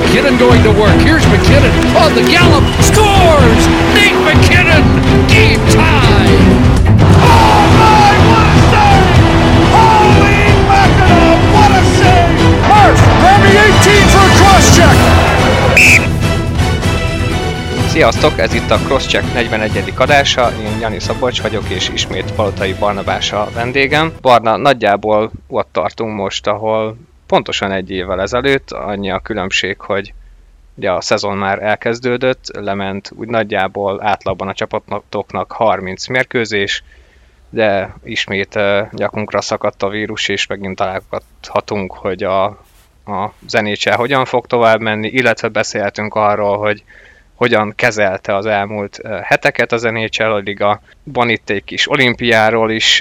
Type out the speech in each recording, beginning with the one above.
McKinnon going to work. Here's McKinnon on the gallop. Scores! Nate McKinnon! Game tie! Oh my, what a save! Holy mackerel, what a save! Murph, grab me 18 for a cross-check! Sziasztok, ez itt a Crosscheck 41. adása, én Jani Szabolcs vagyok, és ismét Palotai Barnabás a vendégem. Barna, nagyjából ott tartunk most, ahol pontosan egy évvel ezelőtt, annyi a különbség, hogy ugye a szezon már elkezdődött, lement úgy nagyjából átlagban a csapatoknak 30 mérkőzés, de ismét nyakunkra szakadt a vírus, és megint találkozhatunk, hogy a NHL hogyan fog tovább menni, illetve beszéltünk arról, hogy hogyan kezelte az elmúlt heteket az NHL, a liga. Van itt egy kis olimpiáról is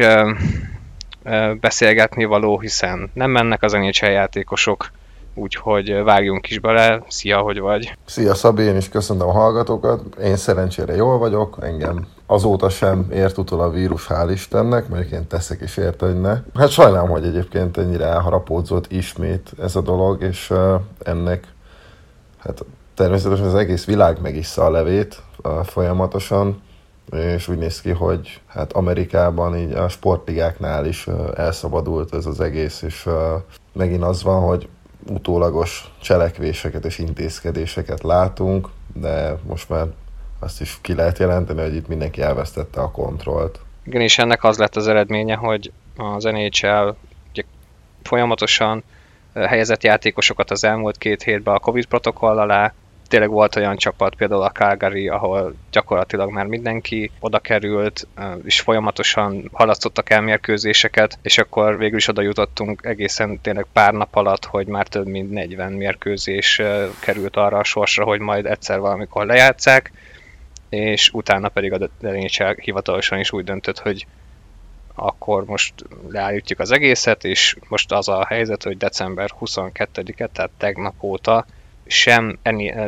beszélgetni való, hiszen nem mennek az NHL játékosok, úgyhogy vágjunk is bele. Szia, hogy vagy? Szia Szabi, én is köszönöm a hallgatókat. Én szerencsére jól vagyok, engem azóta sem ért utol a vírus, hál' Istennek, mert én teszek is érte, hogy ne. Hát sajnálom, hogy egyébként ennyire elharapódzott ismét ez a dolog, és ennek hát természetesen az egész világ megissza a levét folyamatosan, és úgy néz ki, hogy hát Amerikában így a sportligáknál is elszabadult ez az egész, és megint az van, hogy utólagos cselekvéseket és intézkedéseket látunk, de most már azt is ki lehet jelenteni, hogy itt mindenki elvesztette a kontrollt. Igen, és ennek az lett az eredménye, hogy az NHL ugye folyamatosan helyezett játékosokat az elmúlt 2 hétben a Covid protokoll alá. Tényleg volt olyan csapat, például a Calgary, ahol gyakorlatilag már mindenki oda került, és folyamatosan halasztottak el mérkőzéseket, és akkor végül is oda jutottunk egészen tényleg pár nap alatt, hogy már több mint 40 mérkőzés került arra a sorsra, hogy majd egyszer valamikor lejátsszák, és utána pedig a NHL hivatalosan is úgy döntött, hogy akkor most leállítjuk az egészet, és most az a helyzet, hogy december 22-e, tehát tegnap óta sem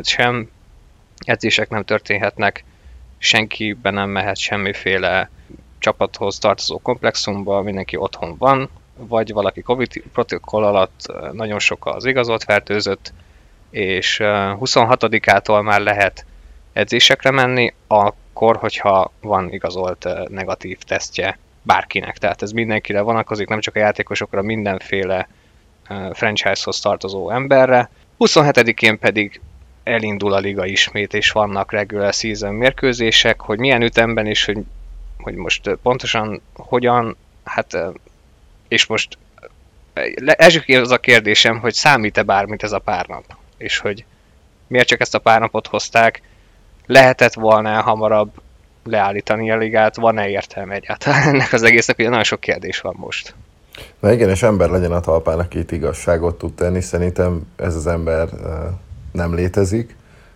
edzések nem történhetnek, senkiben nem mehet semmiféle csapathoz tartozó komplexumba, mindenki otthon van, vagy valaki Covid protokoll alatt, nagyon sok az igazolt fertőzött, és 26-ától már lehet edzésekre menni, akkor, hogyha van igazolt negatív tesztje bárkinek. Tehát ez mindenkire vonatkozik, nem csak a játékosokra, mindenféle franchise-hoz tartozó emberre. 27-én pedig elindul a liga ismét, és vannak regular season mérkőzések, hogy milyen ütemben és hogy most pontosan hogyan, hát és most elsőként az a kérdésem, hogy számít-e bármit ez a pár nap, és hogy miért csak ezt a pár napot hozták, lehetett volna hamarabb leállítani a ligát, van-e értelme egyáltalán ennek az egésznek, hogy nagyon sok kérdés van most. Na igen, és ember legyen a talpán, aki itt igazságot tud tenni, szerintem ez az ember nem létezik,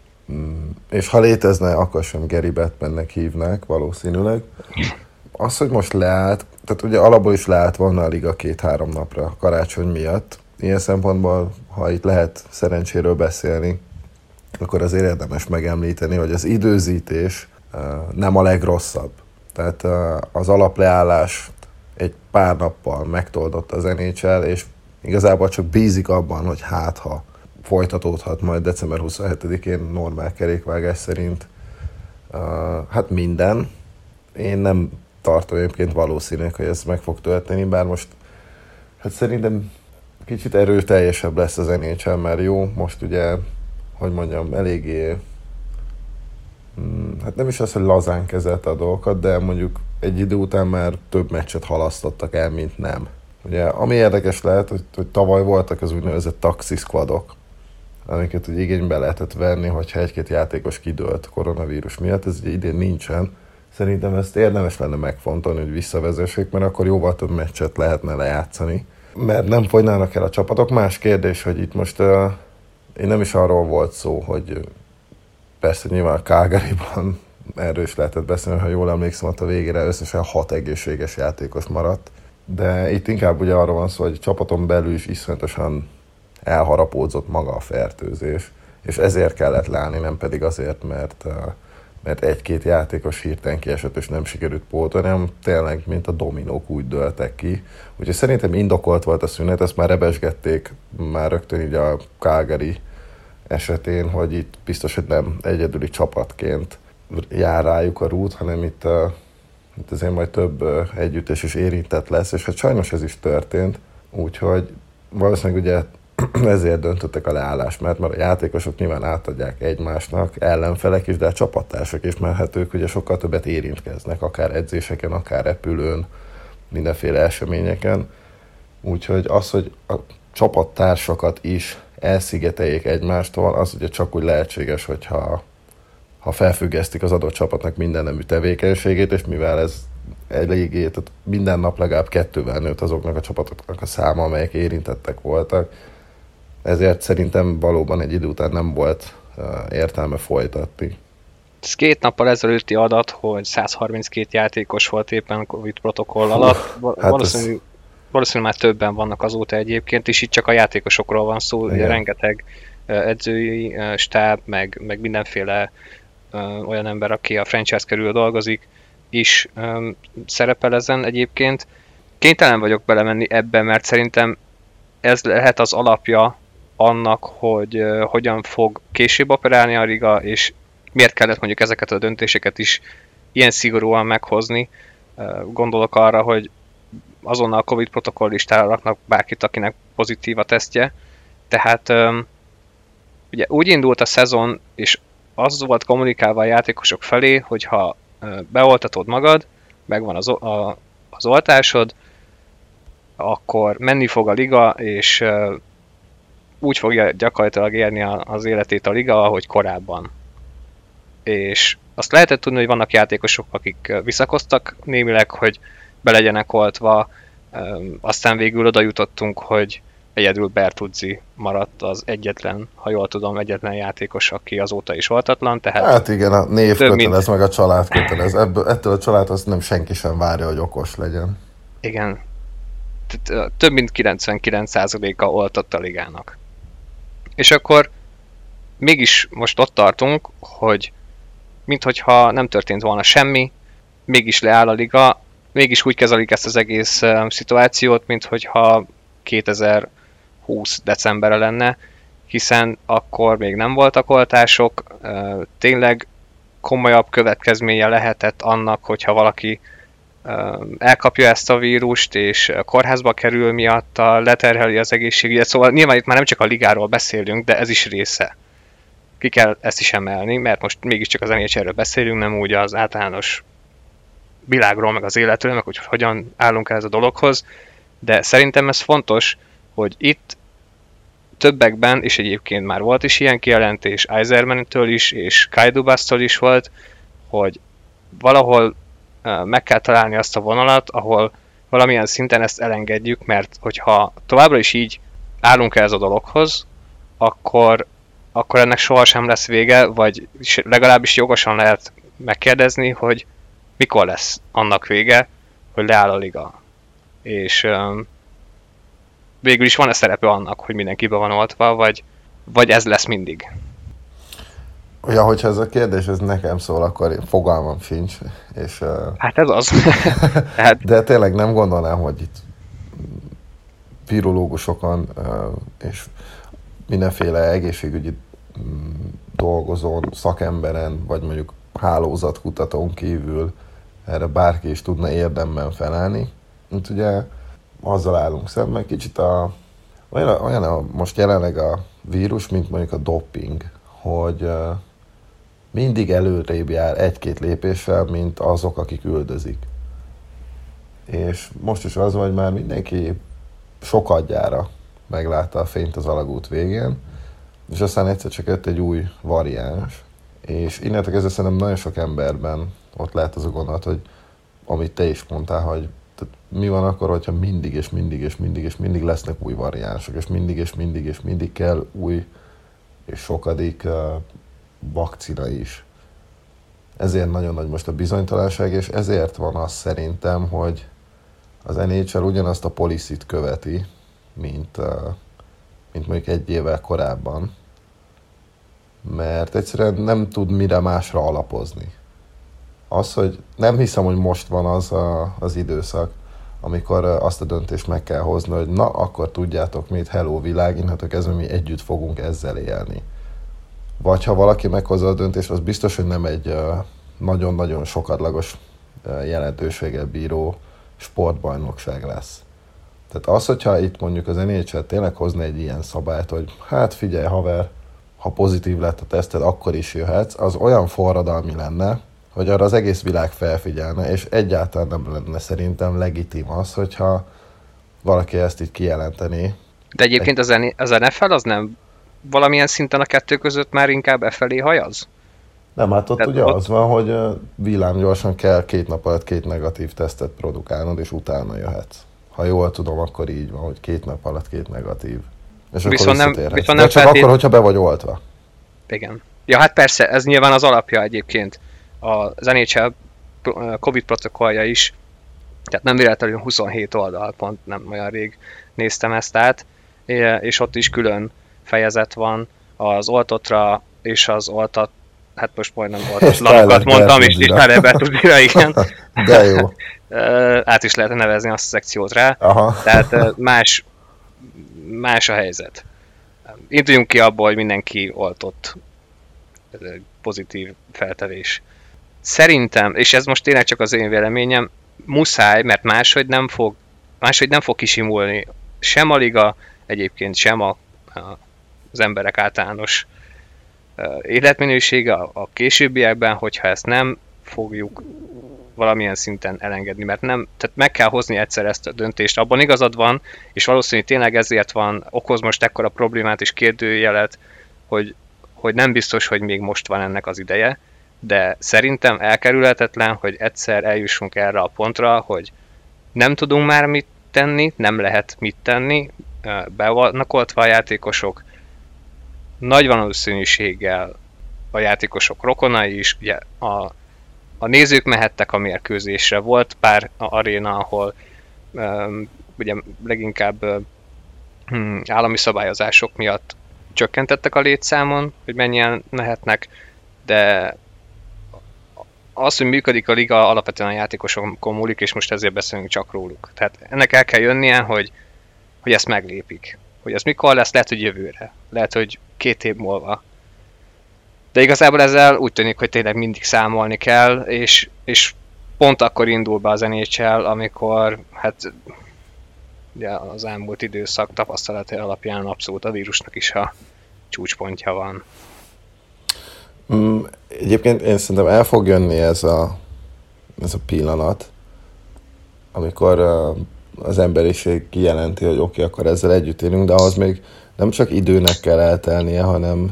és ha létezne, akkor sem Gary Bettmannek hívnák valószínűleg. Az, hogy most leállt, tehát ugye alapból is leállt volna a liga 2-3 napra karácsony miatt. Ilyen szempontból, ha itt lehet szerencséről beszélni, akkor azért érdemes megemlíteni, hogy az időzítés nem a legrosszabb. Tehát az alapleállás egy pár nappal megtoldott az NHL, és igazából csak bízik abban, hogy ha folytatódhat majd december 27-én normál kerékvágás szerint hát minden. Én nem tartom egyébként valószínűleg, hogy ez meg fog történni, bár most hát szerintem kicsit erőteljesebb lesz az NHL, mert jó, most ugye, hogy mondjam, eléggé hát nem is az, hogy lazán kezelte a dolgokat, de mondjuk egy idő után már több meccset halasztottak el, mint nem. Ugye, ami érdekes lehet, hogy tavaly voltak az úgynevezett taxisquadok, amiket ugye igénybe lehetett venni, hogyha egy-két játékos kidőlt koronavírus miatt, ez ugye idén nincsen. Szerintem ezt érdemes lenne megfontolni, hogy visszavezessék, mert akkor jóval több meccset lehetne lejátszani. Mert nem fogynának el a csapatok. Más kérdés, hogy itt most én nem is arról volt szó, hogy persze nyilván a Calgaryban erről is lehetett beszélni, ha jól emlékszem, ott a végére összesen 6 egészséges játékos maradt. De itt inkább ugye arról van szó, hogy a csapaton belül is iszonyatosan elharapódzott maga a fertőzés, és ezért kellett leállni, nem pedig azért, mert egy-két játékos hirtelen kiesett, és nem sikerült pótolni, hanem tényleg, mint a dominók úgy dőltek ki. Úgyhogy szerintem indokolt volt a szünet, ezt már rebesgették már rögtön így a Calgary esetén, hogy itt biztos, hogy nem egyedüli csapatként jár rájuk a rút, hanem itt azért majd több együttes is érintett lesz, és hát sajnos ez is történt, úgyhogy valószínűleg ugye ezért döntöttek a leállás, mert a játékosok nyilván átadják egymásnak, ellenfelek is, de a csapattársak is, mert hát ők ugye sokkal többet érintkeznek, akár edzéseken, akár repülőn, mindenféle eseményeken. Úgyhogy az, hogy a csapattársakat is elszigeteljék egymástól, az ugye csak úgy lehetséges, hogyha felfüggesztik az adott csapatnak minden nemű tevékenységét, és mivel ez eléggé, tehát minden nap legalább 2-vel nőtt azoknak a csapatoknak a száma, amelyek érintettek voltak, ezért szerintem valóban egy idő után nem volt értelme folytatni. Ez 2 nappal ezelőtti adat, hogy 132 játékos volt éppen a Covid protokoll alatt. Valószínűleg már többen vannak azóta egyébként, és itt csak a játékosokról van szó, ugye rengeteg edzői stáb, meg mindenféle olyan ember, aki a franchise körül dolgozik, is szerepel ezen egyébként. Kénytelen vagyok belemenni ebbe, mert szerintem ez lehet az alapja annak, hogy hogyan fog később operálni a liga, és miért kellett mondjuk ezeket a döntéseket is ilyen szigorúan meghozni. Gondolok arra, hogy azonnal a Covid protokoll listára raknak bárkit, akinek pozitív a tesztje. Tehát ugye úgy indult a szezon, és az volt kommunikálva a játékosok felé, hogy ha beoltatod magad, megvan az oltásod, akkor menni fog a liga, és úgy fogja gyakorlatilag érni az életét a liga, ahogy korábban. És azt lehetett tudni, hogy vannak játékosok, akik visszakoztak némileg, hogy be legyenek oltva, aztán végül oda jutottunk, hogy egyedül Bertuzzi maradt az egyetlen, ha jól tudom, egyetlen játékos, aki azóta is oltatlan. Tehát hát igen, a név kötelez, meg a család kötelez. Ettől a családhoz nem senki sem várja, hogy okos legyen. Igen. Tehát, több mint 99%-a oltott a ligának. És akkor mégis most ott tartunk, hogy minthogyha nem történt volna semmi, mégis leáll a liga, mégis úgy kezelik ezt az egész szituációt, minthogyha 2020 decemberre lenne, hiszen akkor még nem voltak oltások, tényleg komolyabb következménye lehetett annak, hogyha valaki elkapja ezt a vírust, és kórházba kerül miatta, leterheli az egészségügyet, szóval nyilván itt már nem csak a ligáról beszélünk, de ez is része. Ki kell ezt is emelni, mert most mégiscsak az NHL-ről beszélünk, nem úgy az általános világról, meg az életről, meg hogy hogyan állunk el ez a dologhoz, de szerintem ez fontos, hogy itt többekben, és egyébként már volt is ilyen kijelentés Yzerman-től is, és Kai Dubas-tól is volt, hogy valahol meg kell találni azt a vonalat, ahol valamilyen szinten ezt elengedjük, mert hogyha továbbra is így állunk ez a dologhoz, akkor ennek sohasem lesz vége, vagy legalábbis jogosan lehet megkérdezni, hogy mikor lesz annak vége, hogy leáll a liga. És végül is van-e szerepe annak, hogy mindenki be van oltva, vagy ez lesz mindig? Ja, hogyha ez a kérdés ez nekem szól, akkor fogalmam sincs. És, hát ez az. De tényleg nem gondolnám, hogy itt virológusokon és mindenféle egészségügyi dolgozón, szakemberen, vagy mondjuk hálózatkutatón kívül erre bárki is tudna érdemben felállni. Itt ugye azzal állunk szemben, kicsit olyan most jelenleg a vírus, mint mondjuk a doping, hogy mindig előrébb jár 1-2 lépéssel, mint azok, akik üldözik. És most is az van, hogy már mindenki sokadjára meglátta a fényt az alagút végén, és aztán egyszer csak jött egy új variáns, és innentől kezdve szerintem nagyon sok emberben ott lehet az a gondolat, hogy amit te is mondtál, hogy mi van akkor, hogyha mindig lesznek új variánsok, és mindig kell új és sokadik vakcina is. Ezért nagyon nagy most a bizonytalanság, és ezért van az szerintem, hogy az NHL ugyanazt a policy-t követi, mint mondjuk 1 évvel korábban, mert egyszerűen nem tud mire másra alapozni. Az, hogy nem hiszem, hogy most van az időszak, amikor azt a döntést meg kell hozni, hogy na, akkor tudjátok mit, hello világ, innentől kezdve mi együtt fogunk ezzel élni. vagy ha valaki meghozza a döntést, az biztos, hogy nem egy nagyon-nagyon sokadlagos jelentőséggel bíró sportbajnokság lesz. Tehát az, hogyha itt mondjuk az NHL tényleg hozna egy ilyen szabályt, hogy hát figyelj haver, ha pozitív lett a teszted, akkor is jöhetsz, az olyan forradalmi lenne, hogy arra az egész világ felfigyelne, és egyáltalán nem lenne szerintem legitim az, hogyha valaki ezt így kijelenteni. De egyébként az NFL az nem valamilyen szinten a kettő között már inkább e felé hajaz? Nem, hát ott ugye az van, hogy villámgyorsan kell 2 nap alatt 2 negatív tesztet produkálnod, és utána jöhetsz. Ha jól tudom, akkor így van, hogy 2 nap alatt 2 negatív. És viszont akkor visszatérhetsz. nem de csak akkor, hogyha be vagy oltva. Igen. Ja, hát persze, ez nyilván az alapja egyébként. Az NHL Covid protokollja is, tehát nem véletlenül 27 oldal, pont nem olyan rég néztem ezt át, és ott is külön fejezet van az oltottra és az oltat, hát most majdnem oltott lanokat mondtam, és Tyler Bertuzzi-ra, igen. De jó. Át is lehet nevezni azt a szekciót rá. Aha. Tehát más a helyzet. Induljunk ki abból, hogy mindenki oltott. Ez egy pozitív feltevés. Szerintem, és ez most tényleg csak az én véleményem, muszáj, mert máshogy nem fog kisimulni sem a liga, egyébként sem az emberek általános életminősége a későbbiekben, hogyha ezt nem fogjuk valamilyen szinten elengedni, mert nem, tehát meg kell hozni egyszer ezt a döntést, abban igazad van, és valószínűleg tényleg ezért okoz most ekkora problémát és kérdőjelet, hogy nem biztos, hogy még most van ennek az ideje, de szerintem elkerülhetetlen, hogy egyszer eljussunk erre a pontra, hogy nem tudunk már mit tenni, nem lehet mit tenni, be vannak oltva a játékosok, nagy valószínűséggel a játékosok rokonai is, ugye a nézők mehettek a mérkőzésre, volt pár aréna, ahol ugye leginkább állami szabályozások miatt csökkentettek a létszámon, hogy mennyien mehetnek, de az, hogy működik a liga, alapvetően a játékosokon múlik, és most ezért beszélünk csak róluk. Tehát ennek el kell jönnie, hogy ezt meglépik. Hogy ez mikor lesz, lehet, hogy jövőre. Lehet, hogy 2 év múlva. De igazából ezzel úgy tűnik, hogy tényleg mindig számolni kell, és pont akkor indul be az NHL, amikor hát ugye az elmúlt időszak tapasztalatai alapján abszolút a vírusnak is a csúcspontja van. Egyébként én szerintem el fog jönni ez a pillanat, amikor az emberiség kijelenti, hogy oké, akkor ezzel együtt élünk, de ahhoz még nem csak időnek kell eltelnie, hanem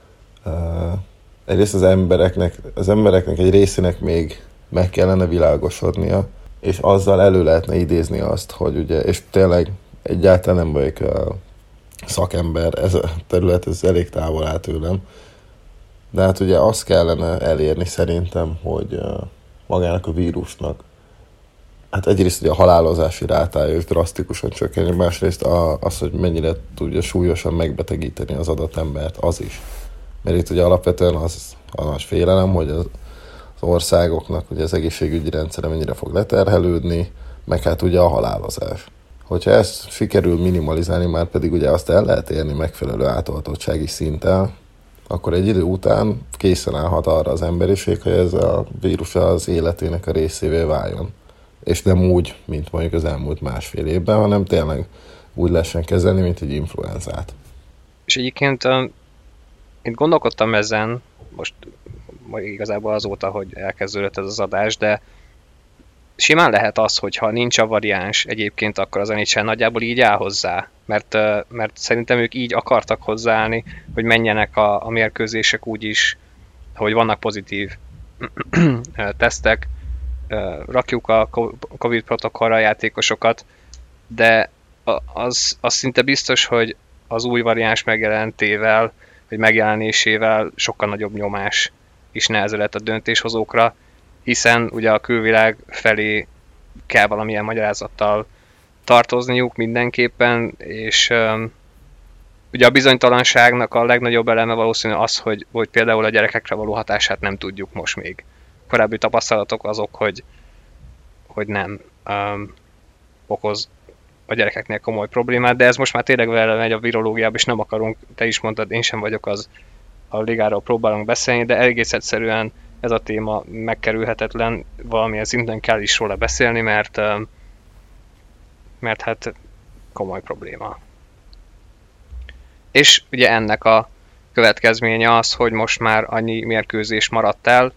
egyrészt az embereknek egy részének még meg kellene világosodnia, és azzal elő lehetne idézni azt, hogy ugye, és tényleg egyáltalán nem vagyok szakember, ez a terület, ez elég távol áll tőlem, de hát ugye azt kellene elérni szerintem, hogy magának a vírusnak, hát egyrészt ugye a halálozási rátája is drasztikusan csökkenjen, másrészt az, hogy mennyire tudja súlyosan megbetegíteni az adott embert, az is. Mert itt ugye alapvetően az a nagy félelem, hogy az országoknak ugye az egészségügyi rendszere mennyire fog leterhelődni, meg hát ugye a halálozás. Hogyha ezt sikerül minimalizálni, már pedig ugye azt el lehet érni megfelelő átoltottsági szinttel, akkor egy idő után készen állhat arra az emberiség, hogy ez a vírus az életének a részévé váljon. És nem úgy, mint mondjuk az elmúlt 1,5 évben, hanem tényleg úgy lehessen kezelni, mint egy influenzát. És egyébként én gondolkodtam ezen, most igazából azóta, hogy elkezdődött ez az adás, de simán lehet az, hogy ha nincs a variáns egyébként, akkor az NHL nagyjából így áll hozzá. Mert szerintem ők így akartak hozzáállni, hogy menjenek a mérkőzések úgy is, hogy vannak pozitív tesztek, rakjuk a Covid protokollra a játékosokat, de az szinte biztos, hogy az új variáns megjelentével, vagy megjelenésével sokkal nagyobb nyomás is nehezedett a döntéshozókra, hiszen ugye a külvilág felé kell valamilyen magyarázattal tartozniuk mindenképpen, és ugye a bizonytalanságnak a legnagyobb eleme valószínű az, hogy például a gyerekekre való hatását nem tudjuk most még. Korábbi tapasztalatok azok, hogy nem okoz a gyerekeknél komoly problémát, de ez most már tényleg vele megy a virológiába, és nem akarunk, te is mondtad, én sem vagyok az a ligáról próbálunk beszélni, de egész egyszerűen ez a téma megkerülhetetlen, valamilyen szinten kell is róla beszélni, mert hát komoly probléma. És ugye ennek a következménye az, hogy most már annyi mérkőzés maradt el,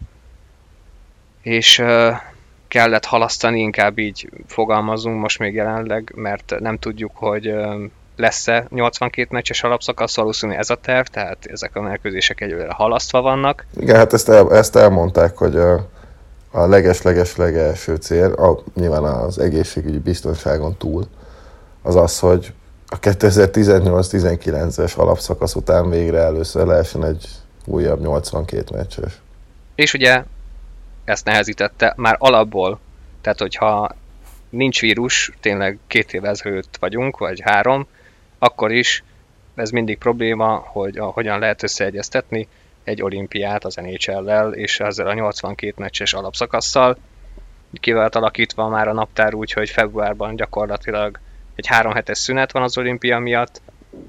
és kellett halasztani, inkább így fogalmazunk most még jelenleg, mert nem tudjuk, hogy lesz-e 82 meccses alapszakasz, valószínűleg ez a terv, tehát ezek a mérkőzések egyelőre halasztva vannak. Igen, hát ezt elmondták, hogy a legelső cél, nyilván az egészségügyi biztonságon túl, az, hogy a 2018-19-es alapszakasz után végre először lehessen egy újabb 82 meccses. És ugye ezt nehezítette már alapból, tehát hogyha nincs vírus, tényleg 2 évvel ezelőtt vagyunk, vagy 3, akkor is ez mindig probléma, hogy hogyan lehet összeegyeztetni egy olimpiát az NHL-lel és ezzel a 82 meccses alapszakasszal. Ki volt alakítva már a naptár úgy, hogy februárban gyakorlatilag egy 3 hetes szünet van az olimpia miatt,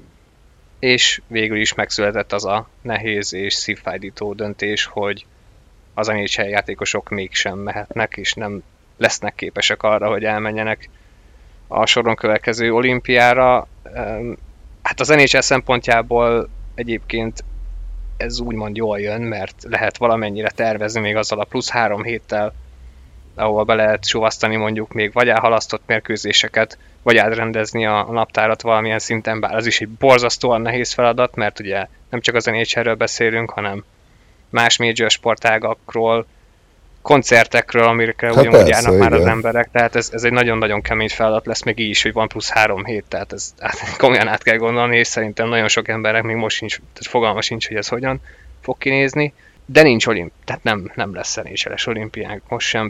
és végül is megszületett az a nehéz és szívfájdító döntés, hogy az NHL játékosok mégsem mehetnek, és nem lesznek képesek arra, hogy elmenjenek a soron következő olimpiára. Hát az NHL szempontjából egyébként ez úgymond jól jön, mert lehet valamennyire tervezni még azzal a plusz 3 héttel, ahova be lehet suvasztani mondjuk még vagy elhalasztott mérkőzéseket, vagy átrendezni a naptárat valamilyen szinten, bár az is egy borzasztóan nehéz feladat, mert ugye nem csak az NHL-ről beszélünk, hanem más major sportágakról, koncertekről, amikre Hát ugyanúgy persze, járnak már igen. az emberek, tehát ez egy nagyon-nagyon kemény feladat lesz, még így is, hogy van plusz 3 hét, tehát ez komolyan át kell gondolni, és szerintem nagyon sok emberek még most sincs, tehát fogalma sincs, hogy ez hogyan fog kinézni, de nincs tehát nem lesz NHL-es olimpiánk most sem,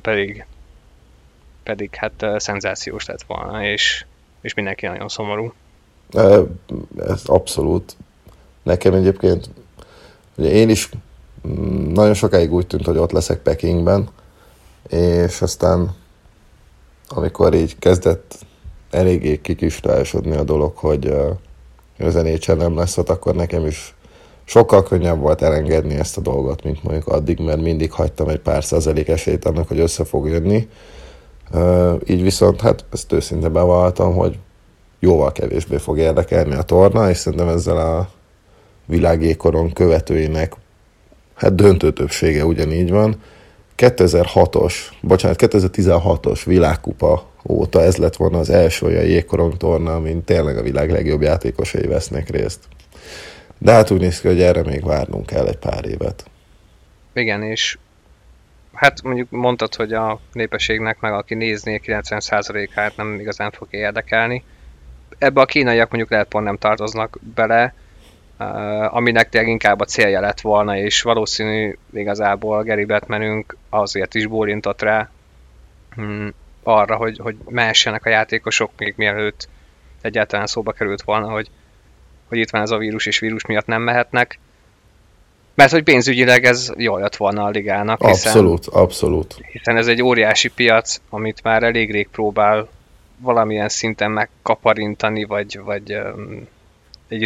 pedig hát szenzációs lett volna, és mindenki nagyon szomorú. Ez abszolút. Nekem egyébként, ugye én is nagyon sokáig úgy tűnt, hogy ott leszek Pekingben, és aztán amikor így kezdett eléggé kikristályosodni a dolog, hogy az NHL nem lesz ott, akkor nekem is sokkal könnyebb volt elengedni ezt a dolgot, mint mondjuk addig, mert mindig hagytam egy pár százalék esélyt annak, hogy össze fog jönni. Így viszont, hát ezt őszintén bevalltam, hogy jóval kevésbé fog érdekelni a torna, és szerintem ezzel a világjégkorong követőinek hát döntő többsége ugyanígy van. 2016-os világkupa óta ez lett volna az első olyan jégkorong torna, amin tényleg a világ legjobb játékosai vesznek részt. De hát úgy néz ki, hogy erre még várnunk kell egy pár évet. Igen, és hát mondjuk mondtad, hogy a népességnek, meg aki nézné, 90%-át nem igazán fog érdekelni. Ebbe a kínaiak mondjuk lehet pont nem tartoznak bele, aminek tényleg inkább a célja lett volna, és valószínű igazából Gary Bettmanünk azért is bólintott rá arra, hogy mehessenek a játékosok, még mielőtt egyáltalán szóba került volna, hogy itt van ez a vírus, és vírus miatt nem mehetnek. Mert hogy pénzügyileg ez jól jött volna a ligának. Abszolút. Hiszen ez egy óriási piac, amit már elég rég próbál valamilyen szinten megkaparintani, vagy egy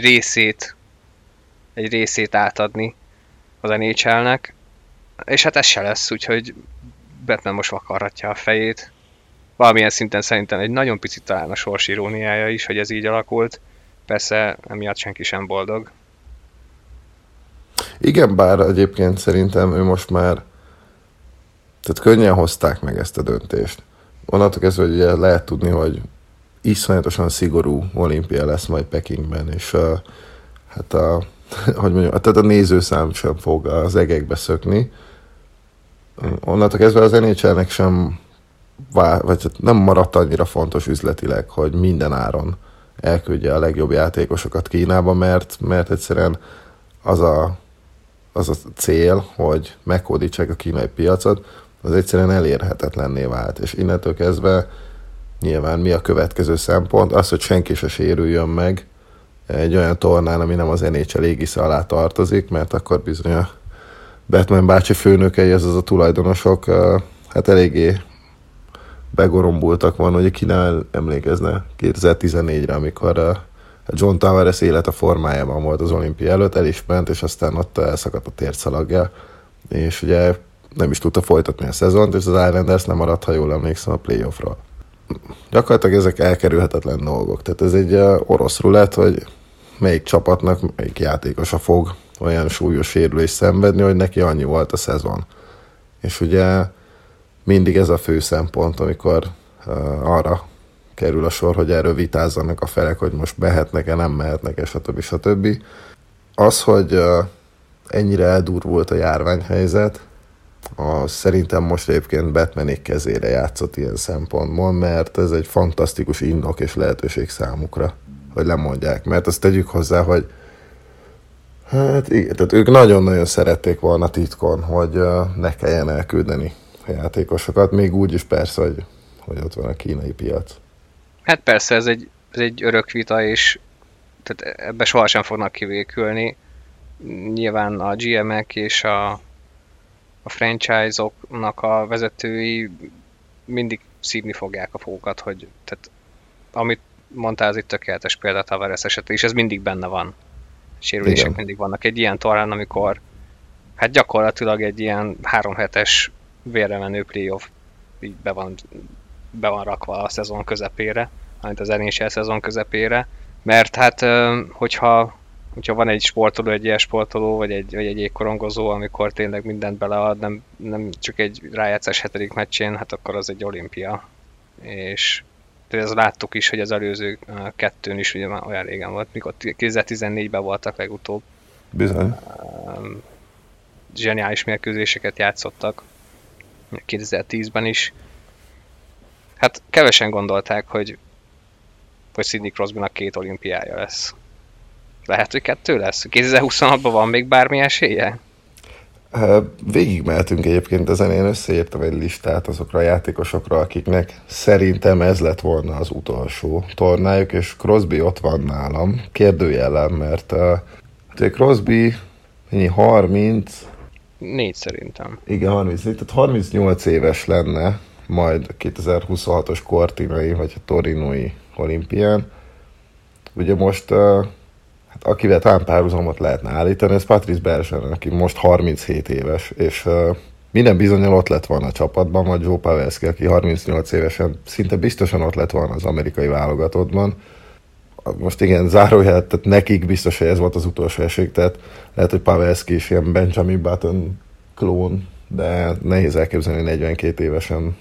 részét átadni az NHL-nek. És hát ez se lesz, úgyhogy Batman most vakarhatja a fejét. Valamilyen szinten szerintem egy nagyon picit talán a sors iróniája is, hogy ez így alakult. Persze emiatt senki sem boldog. Igen, bár egyébként szerintem ő most már, tehát könnyen hozták meg ezt a döntést. Onnantól kezdve, hogy ugye lehet tudni, hogy iszonyatosan szigorú olimpia lesz majd Pekingben, és tehát a nézőszám sem fog az egekbe szökni. Onnantól kezdve az NHL-nek sem vagy nem maradt annyira fontos üzletileg, hogy minden áron elküldje a legjobb játékosokat Kínába, mert egyszerűen az a cél, hogy meghódítsák a kínai piacot, az egyszerűen elérhetetlenné vált. És innentől kezdve nyilván mi a következő szempont? Az, hogy senki se sérüljön meg egy olyan tornán, ami nem az NHL égisze alá tartozik, mert akkor bizony a Batman bácsi főnökei, azaz a tulajdonosok hát eléggé begorombultak volna, hogy ki nem emlékezne 2014-re, amikor John Tavares élete formájában volt az olimpia előtt, el is ment, és aztán ott elszakadt a térszalagja, és ugye nem is tudta folytatni a szezont, és az Islanders nem maradt, ha jól emlékszem, a playoffról. Gyakorlatilag ezek elkerülhetetlen dolgok. Tehát ez egy orosz rulett, hogy melyik csapatnak, melyik játékosa fog olyan súlyos sérülést szenvedni, hogy neki annyi volt a szezon. És ugye mindig ez a fő szempont, amikor arra kerül a sor, hogy erről vitázzanak a felek, hogy most mehetnek-e, nem mehetnek-e, stb. Az, hogy ennyire eldurvult a járványhelyzet, szerintem most egyébként Batmanék kezére játszott ilyen szempontból, mert ez egy fantasztikus indok és lehetőség számukra, hogy lemondják. Mert azt tegyük hozzá, hogy hát igen, tehát ők nagyon-nagyon szerették volna titkon, hogy ne kelljen elküldeni a játékosokat, még úgy is persze, hogy ott van a kínai piac. Hát persze, ez egy örök vita, és tehát ebbe sohasem fognak kivékülni. Nyilván a GM-ek és a franchise-oknak a vezetői mindig szívni fogják a fogukat, hogy tehát, amit mondtál, az itt tökéletes példa a Tavares esetén, és ez mindig benne van. Sérülések igen. Mindig vannak. Egy ilyen tornán, amikor hát gyakorlatilag egy ilyen 3 hetes vérre menő playoff így be van rakva a szezon közepére, amit az NHL szezon közepére, mert hát hogyha van egy sportoló, egy ilyen sportoló, vagy egy jégkorongozó, amikor tényleg mindent belead, nem csak egy rájátszás 7. meccsén, hát akkor az egy olimpia. És ezt láttuk is, hogy az előző kettőn is ugye már olyan régen volt, mikor 2014-ben voltak legutóbb. Bizony. Zseniális mérkőzéseket játszottak. 2010-ben is. Hát kevesen gondolták, hogy Sidney Crosbynak 2 olimpiája lesz. Lehet, hogy 2 lesz? 2026-ban van még bármi esélye? Végigmehetünk egyébként ezen, én összeírtam egy listát azokra a játékosokra, akiknek szerintem ez lett volna az utolsó tornájuk, és Crosby ott van nálam, kérdőjellem, mert Crosby 30... 4 szerintem. Igen, 34, tehát 38 éves lenne majd 2026-os Cortinai vagy a Torinoi olimpián. Ugye most, hát akivel talán párhuzamot lehetne állítani, ez Patrice Bergeron, aki most 37 éves, és minden bizonnyal ott lett volna a csapatban, vagy Joe Pavelski, aki 38 évesen szinte biztosan ott lett volna az amerikai válogatottban. Most igen, zárójel, tehát nekik biztos, hogy ez volt az utolsó esély, tehát lehet, hogy Pavelski is ilyen Benjamin Button klón, de nehéz elképzelni, hogy 42 évesen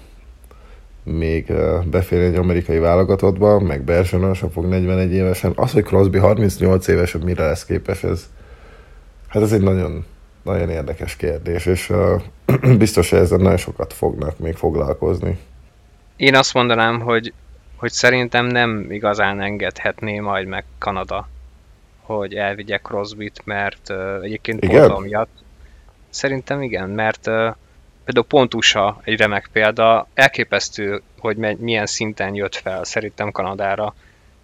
még beférni egy amerikai válogatottba, meg Bergeron sem fog 41 évesen. Az, hogy Crosby 38 éves, hogy mire lesz képes, ez egy nagyon, nagyon érdekes kérdés, és biztos, hogy ezzel nagyon sokat fognak még foglalkozni. Én azt mondanám, hogy szerintem nem igazán engedhetné majd meg Kanada, hogy elvigye Crosbyt, mert egyébként pont miatt. Szerintem igen, mert például pont USA egy remek példa, elképesztő, hogy milyen szinten jött fel szerintem Kanadára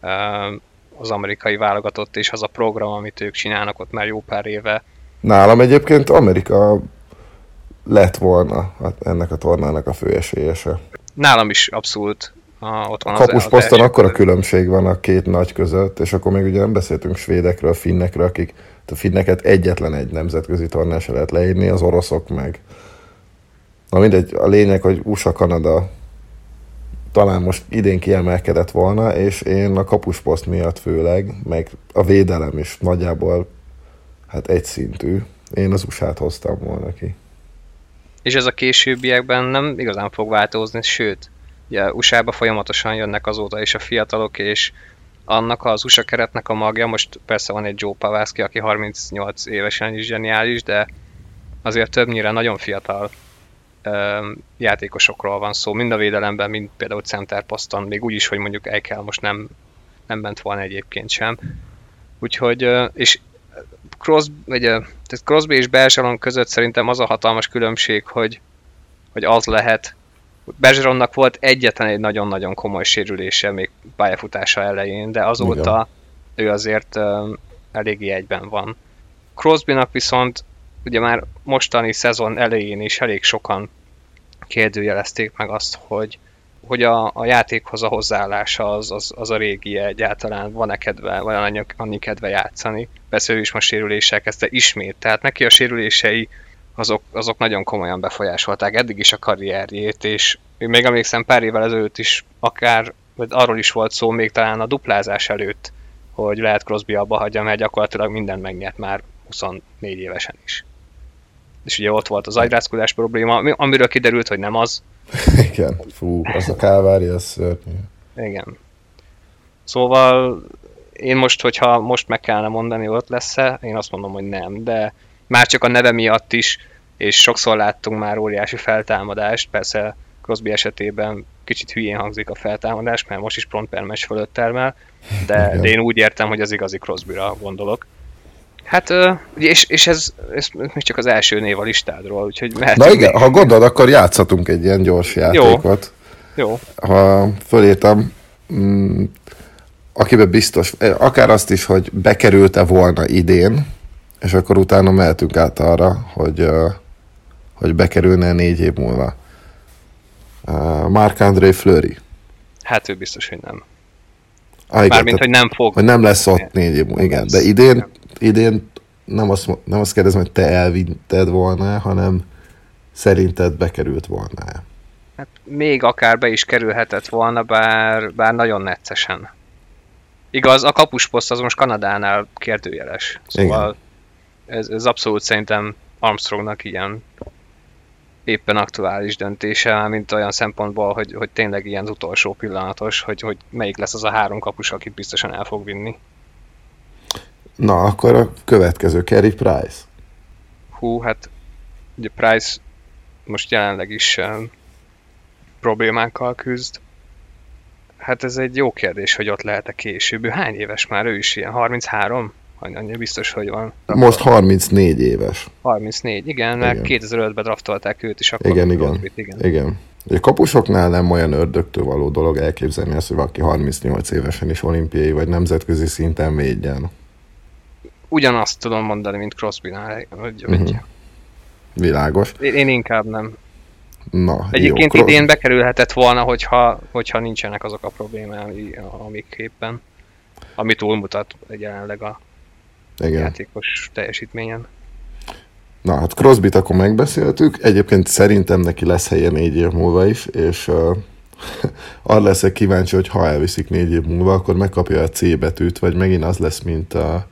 az amerikai válogatott, és az a program, amit ők csinálnak ott már jó pár éve. Nálam egyébként Amerika lett volna ennek a tornának a főesélyese. Nálam is abszolút. Ott van kapusposzton akkora különbség van a két nagy között, és akkor még ugye nem beszéltünk svédekről, finnekről, akik a finneket egyetlen egy nemzetközi tornán se lehet leírni, az oroszok meg. Na mindegy, a lényeg, hogy USA-Kanada talán most idén kiemelkedett volna, és én a kapusposzt miatt főleg, meg a védelem is nagyjából hát egyszintű. Én az USA-t hoztam volna ki. És ez a későbbiekben nem igazán fog változni, sőt, ugye USA-ba folyamatosan jönnek azóta is a fiatalok, és annak az USA keretnek a magja, most persze van egy Joe Pavelski, aki 38 évesen is zseniális, de azért többnyire nagyon fiatal játékosokról van szó, mind a védelemben, mind például center poszton, még úgy is, hogy mondjuk Eichel most nem bent volna egyébként sem. Úgyhogy, és Crosby és Bergeron között szerintem az a hatalmas különbség, hogy az lehet, Bergeronnak volt egyetlen egy nagyon-nagyon komoly sérülése még pályafutása elején, de azóta ő azért eléggé egyben van. Crosbynak viszont ugye már mostani szezon elején is elég sokan kérdőjelezték meg azt, hogy a játékhoz a hozzáállása az a régi egyáltalán, van-e kedve, van annyi kedve játszani. Persze ő is most sérüléssel kezdte ismét, tehát neki a sérülései azok nagyon komolyan befolyásolták eddig is a karrierjét, és még emlékszem pár évvel ezelőtt is vagy arról is volt szó, még talán a duplázás előtt, hogy lehet Crosby abba hagyja, mert gyakorlatilag mindent megnyert már 24 évesen is. És ugye ott volt az agyrázkodás probléma, amiről kiderült, hogy nem az. Igen, fú, az a kávári, az szörnyű. Igen. Szóval én most, hogyha most meg kellene mondani, ott lesz-e, én azt mondom, hogy nem, de már csak a neve miatt is, és sokszor láttunk már óriási feltámadást, persze Crosby esetében kicsit hülyén hangzik a feltámadás, mert most is prompt per meccs fölött termel, de én úgy értem, hogy az igazi Crosbyra gondolok. Hát, és ez még csak az első név a listádról, úgyhogy mehetünk. Na igen, ha gondolod, akkor játszhatunk egy ilyen gyors játékot. Jó. Ha fölírtam, akiben biztos, akár azt is, hogy bekerült-e volna idén, és akkor utána mehetünk át arra, hogy bekerülne 4 év múlva. Marc-André Fleury. Hát ő biztos, hogy nem. Mármint, hogy nem fog. Hogy nem lesz ott 4 év múlva, igen. De idén nem azt kérdezem, hogy te elvinted volna, hanem szerinted bekerült volna. Hát még akár be is kerülhetett volna, bár nagyon neccesen. Igaz, a kapusposzt az most Kanadánál kérdőjeles. Szóval ez abszolút szerintem Armstrongnak ilyen éppen aktuális döntése, mint olyan szempontból, hogy tényleg ilyen az utolsó pillanatos, hogy melyik lesz az a 3 kapus, akit biztosan el fog vinni. Na, akkor a következő, Carey Price. Hú, hát ugye Price most jelenleg is problémákkal küzd. Hát ez egy jó kérdés, hogy ott lehet-e később. Ő hány éves már? Ő is ilyen 33? Annyi biztos, hogy van. Most 34 éves. 34, igen, mert 2005-ben draftolták őt is, akkor igen. A kapusoknál nem olyan ördögtől való dolog elképzelni azt, hogy valaki 38 évesen is olimpiai vagy nemzetközi szinten védjen. Ugyanazt tudom mondani, mint Crosbynál. Világos. Én inkább nem. Na, egyébként jó, idén bekerülhetett volna, hogyha nincsenek azok a problémái, amik éppen, ami túlmutat jelenleg a játékos teljesítményen. Na, hát Crosbyt akkor megbeszéltük. Egyébként szerintem neki lesz helye 4 év múlva is, és arra leszek kíváncsi, hogy ha elviszik 4 év múlva, akkor megkapja a C betűt, vagy megint az lesz, mint a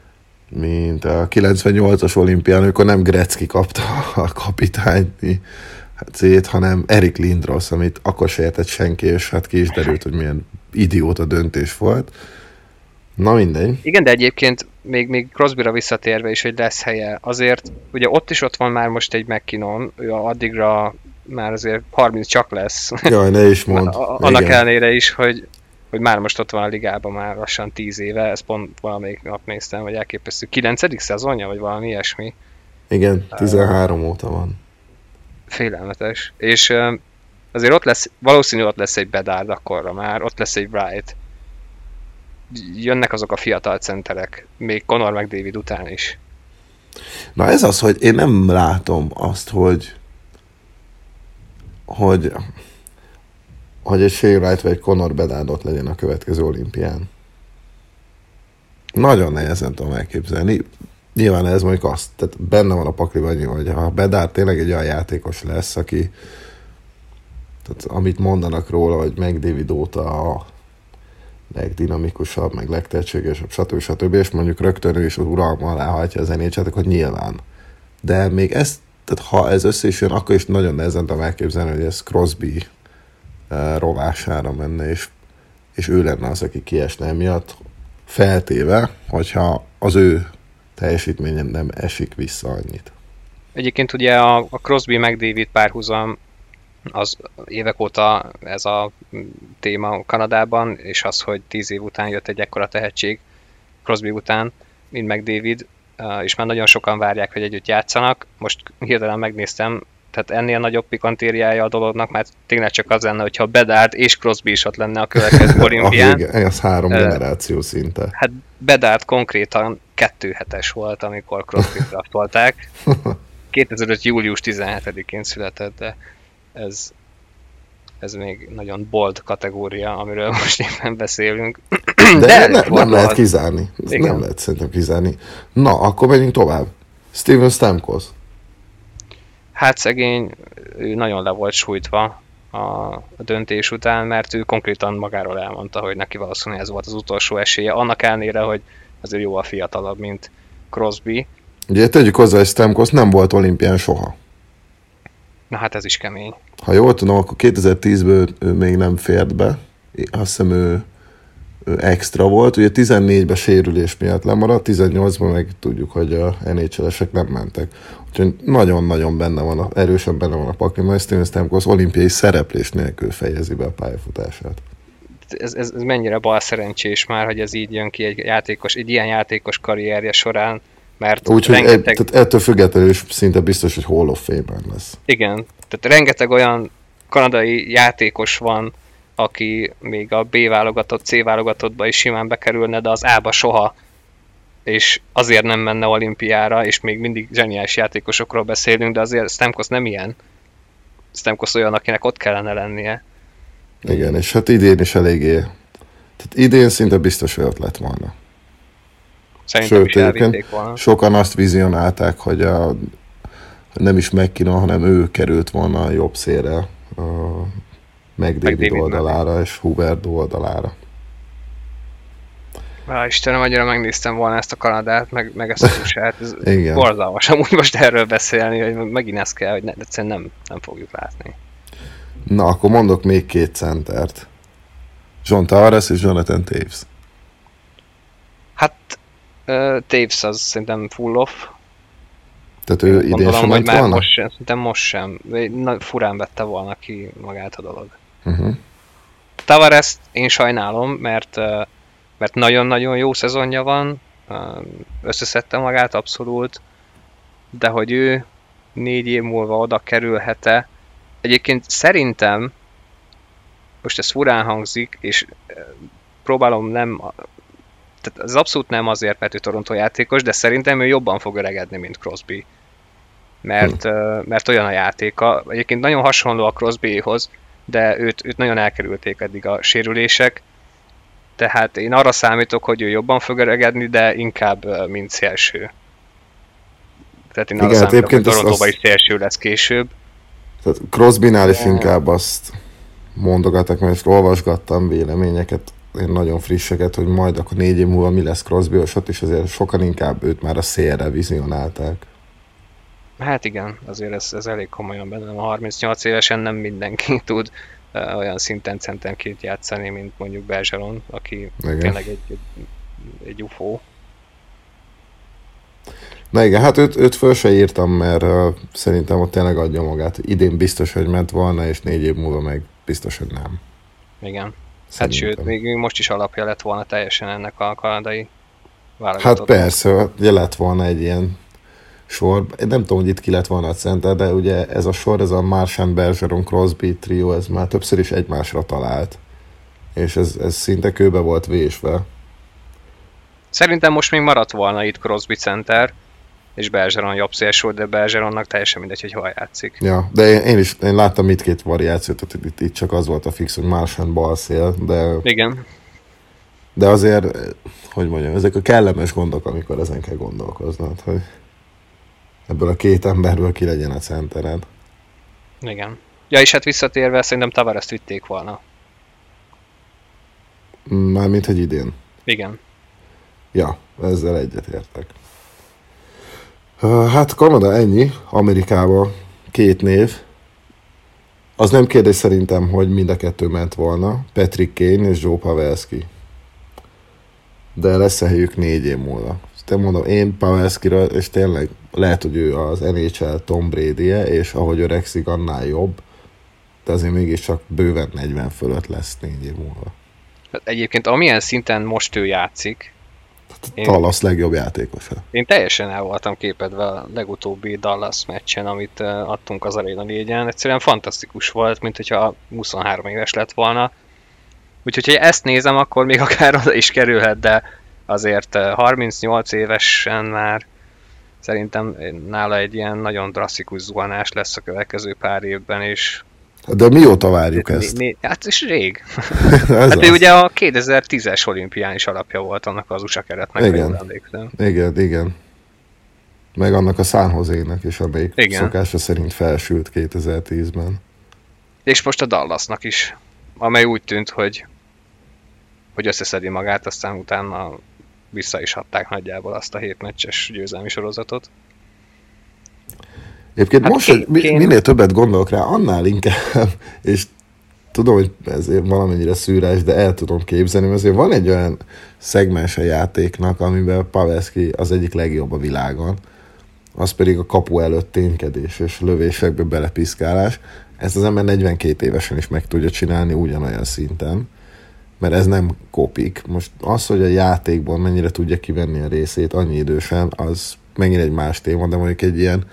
98-as olimpián, amikor nem Gretzky kapta a kapitányi C-t, hanem Eric Lindros, amit akkor se értett senki, és hát ki is derült, hogy milyen idióta döntés volt. Na mindegy. Igen, de egyébként még Crosbyra visszatérve is, hogy lesz helye. Azért, ugye ott van már most egy McKinnon, ő addigra már azért 30 csak lesz. Jaj, ne is mondd. Annak ellenére is, hogy már most ott van a ligában már lassan 10 éve, ezt pont valamelyik nap néztem, hogy elképesztő 9. szezonja, vagy valami ilyesmi. Igen, 13 óta van. Félelmetes. És azért ott lesz, valószínűleg ott lesz egy Bedard akkorra már, ott lesz egy Wright. Jönnek azok a fiatal centerek, még Connor McDavid után is. Na ez az, hogy én nem látom azt, hogy egy Shea Wright vagy egy Connor Bedard ott legyen a következő olimpián. Nagyon nehezen tudom elképzelni. Nyilván ez mondjuk azt, tehát benne van a pakliban, hogy ha Bedard tényleg egy olyan játékos lesz, aki tehát amit mondanak róla, hogy McDavid óta a legdinamikusabb, meg legtehetségesebb, stb. És mondjuk rögtön ő is az uralma alá hajtja az NHL-t, akkor nyilván. De még ez, tehát ha ez össze is jön, akkor is nagyon nehezen tudom elképzelni, hogy ez Crosby rovására menne, és ő lenne az, aki kiesne emiatt, feltéve, hogyha az ő teljesítményen nem esik vissza annyit. Egyébként ugye a Crosby-McDavid párhuzam az évek óta ez a téma Kanadában, és az, hogy 10 év után jött egy ekkora tehetség Crosby után, mint McDavid, és már nagyon sokan várják, hogy együtt játszanak. Most hirtelen megnéztem, tehát ennél nagyobb pikantériája a dolognak, mert tényleg csak az lenne, hogyha Bedard és Crosby is ott lenne a következő olimpián. Ez 3 generáció szinte. Hát Bedard konkrétan 2 hetes volt, amikor Crosby-t draftolták. 2005. július 17-én született, de ez ez még nagyon bold kategória, amiről most éppen beszélünk. De nem lehet kizárni. Nem lehet szerintem kizárni. Na, akkor menjünk tovább. Steven Stamkos. Hát szegény, ő nagyon le volt sújtva a döntés után, mert ő konkrétan magáról elmondta, hogy neki valószínűleg ez volt az utolsó esélye, annak ellenére, hogy azért jóval fiatalabb, mint Crosby. Ugye tegyük hozzá, hogy Stamkos nem volt olimpián soha. Na hát ez is kemény. Ha jól tudom, akkor 2010-ből ő még nem fért be. Azt hiszem ő extra volt. Ugye 14-ben sérülés miatt lemaradt, 18-ban meg tudjuk, hogy a NHL-esek nem mentek. Úgyhogy nagyon-nagyon erősen benne van a pakliban, és Steven Stamkos olimpiai szereplés nélkül fejezi be a pályafutását. Ez mennyire balszerencsés már, hogy ez így jön ki egy ilyen játékos karrierje során, mert úgyhogy ettől függetlenül szinte biztos, hogy Hall of Fame-ben lesz. Igen, tehát rengeteg olyan kanadai játékos van, aki még a B válogatott, C válogatottba is simán bekerülne, de az A-ba soha, és azért nem menne olimpiára, és még mindig zseniális játékosokról beszélünk, de azért Stamkos nem ilyen. Stamkos olyan, akinek ott kellene lennie. Igen, és hát idén is eléggé. Tehát idén szinte biztos, hogy ott lett volna. Szerintem is elvitték volna. Sokan azt vizionálták, hogy nem is McKinnon, hanem ő került volna a jobb szélre a McDavid oldalára és Huberdeau oldalára. Istenem, annyira megnéztem volna ezt a Kanadát, meg ezt a USA-t. Ez borzalmas amúgy most erről beszélni, hogy megint ez kell, hogy egyszerűen nem fogjuk látni. Na, akkor mondok még 2 centert. John Tavares és Jonathan Toews. Hát Toews az szerintem full off. Tehát ő idén sem ment volna? Szerintem most sem. Furán vette volna ki magát a dolog. Uh-huh. Tavares én sajnálom, mert nagyon-nagyon jó szezonja van, összeszedte magát abszolút, de hogy ő 4 év múlva oda kerülhet-e. Egyébként szerintem, most ez furán hangzik, és próbálom tehát ez abszolút nem azért, mert ő Toronto játékos, de szerintem ő jobban fog öregedni, mint Crosby. Mert olyan a játéka. Egyébként nagyon hasonló a Crosbyhoz, de őt nagyon elkerülték eddig a sérülések. Tehát én arra számítok, hogy ő jobban fog öregedni, de inkább mint szélső. Tehát én arra számítok, hogy Torontóban is szélső lesz később. Tehát Crosbynál is inkább azt mondogattak, mert olvasgattam véleményeket, én nagyon frisseket, hogy majd akkor 4 év múlva mi lesz Crosby, és ott is azért sokan inkább őt már a szélre vizionálták. Hát igen, azért ez elég komolyan benne. A 38 évesen nem mindenki tud olyan szinten centenként játszani, mint mondjuk Bergeron, aki igen. Tényleg egy UFO. Na igen, hát őt föl se írtam, mert szerintem ott tényleg adja magát. Idén biztos, hogy ment volna, és 4 év múlva meg biztos, hogy nem. Igen. Szerintem. Hát sőt, még most is alapja lett volna teljesen ennek a kanadai válogatott. Hát persze, ugye lett volna egy ilyen sor. Én nem tudom, hogy itt ki lett volna a center, de ugye ez a sor, ez a Marchand, Bergeron, Crosby trió, ez már többször is egymásra talált. És ez szinte kőbe volt vésve. Szerintem most még maradt volna itt Crosby center, és Bergeron jobb szélső, de Bergeronnak teljesen mindegy, hogy hol játszik. Ja, de én láttam mindkét variációt, tehát itt csak az volt a fix, hogy Marchand balszél, de... Igen. De azért, hogy mondjam, ezek a kellemes gondok, amikor ezen kell gondolkoznod, hogy ebből a 2 emberből ki legyen a centered. Igen. Ja, és hát visszatérve, szerintem Tavarest vitték volna. Mármint, hogy idén. Igen. Ja, ezzel egyetértek. Hát Kanada ennyi, Amerikában 2 név. Az nem kérdés szerintem, hogy mind a 2 ment volna, Patrick Kane és Joe Pavelski. De lesz a helyük 4 év múlva. Te mondom, én Pavelskira, és tényleg lehet, hogy ő az NHL Tom Brady-je, és ahogy öregszik, annál jobb, de azért mégiscsak bőven 40 fölött lesz 4 év múlva. Egyébként amilyen szinten most ő játszik, Dallas legjobb játékosa. Én teljesen el voltam képedve a legutóbbi Dallas meccsen, amit adtunk az Arena 4-en. Egyszerűen fantasztikus volt, mint hogyha 23 éves lett volna. Úgyhogy, ha ezt nézem, akkor még akár oda is kerülhet, de azért 38 évesen már szerintem nála egy ilyen nagyon drasztikus zuhanás lesz a következő pár évben, és De mióta várjuk ezt? Hát és rég. Hát ő ugye a 2010-es olimpián is alapja volt annak az USA keretnek, ha jól emlékszem. Igen. Meg annak a San Jose-nek is, amelyik szokása szerint felsült 2010-ben. És most a Dallasnak is, amely úgy tűnt, hogy összeszedi magát, aztán utána vissza is adták nagyjából azt a 7 meccses győzelmi sorozatot. Egyébként hát most, hogy minél többet gondolok rá, annál inkább, és tudom, hogy ez valamennyire szűrás, de el tudom képzelni, mert azért van egy olyan szegmens a játéknak, amiben Pavelski az egyik legjobb a világon, az pedig a kapu előtt ténykedés és lövésekbe belepiszkálás. Ezt az ember 42 évesen is meg tudja csinálni ugyanolyan szinten, mert ez nem kopik. Most az, hogy a játékból mennyire tudja kivenni a részét annyi idősen, az megint egy más téma, de mondjuk egy ilyen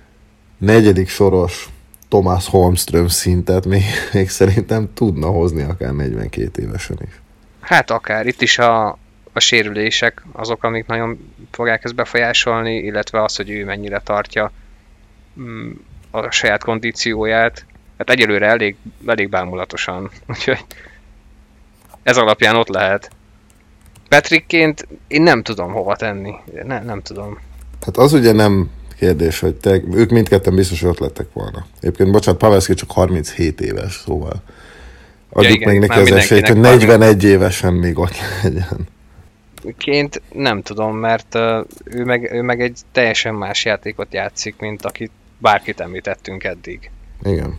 4. soros Thomas Holmström szintet még szerintem tudna hozni akár 42 évesen is. Hát akár. Itt is a sérülések azok, amik nagyon fogják ezt befolyásolni, illetve az, hogy ő mennyire tartja a saját kondícióját. Hát egyelőre elég bámulatosan. Úgyhogy ez alapján ott lehet. Patrickként én nem tudom hova tenni. Nem tudom. Hát az ugye nem kérdés, hogy ők mindketten biztos ott lettek volna. Egyébként, bocsánat, Pavelski csak 37 éves, szóval adjuk meg neki az esélyt, hogy 41 évesen még ott legyen. Ként nem tudom, mert ő meg egy teljesen más játékot játszik, mint akit bárkit említettünk eddig. Igen.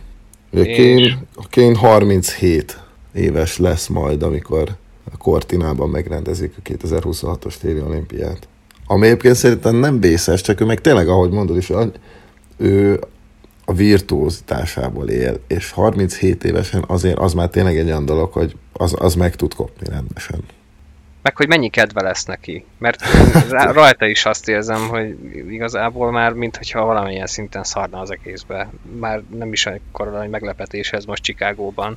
A Kane 37 éves lesz majd, amikor a Cortinában megrendezik a 2026-os téli olimpiát. Ami egyébként szerintem nem vészes, csak ő meg tényleg, ahogy mondod is, ő a virtuózitásából él, és 37 évesen azért az már tényleg egy olyan dolog, hogy az meg tud kopni rendesen. Meg hogy mennyi kedve lesz neki, mert rajta is azt érzem, hogy igazából már mintha valamilyen szinten szarna az egészbe. Már nem is akkora nagy meglepetés ez most Chicagóban.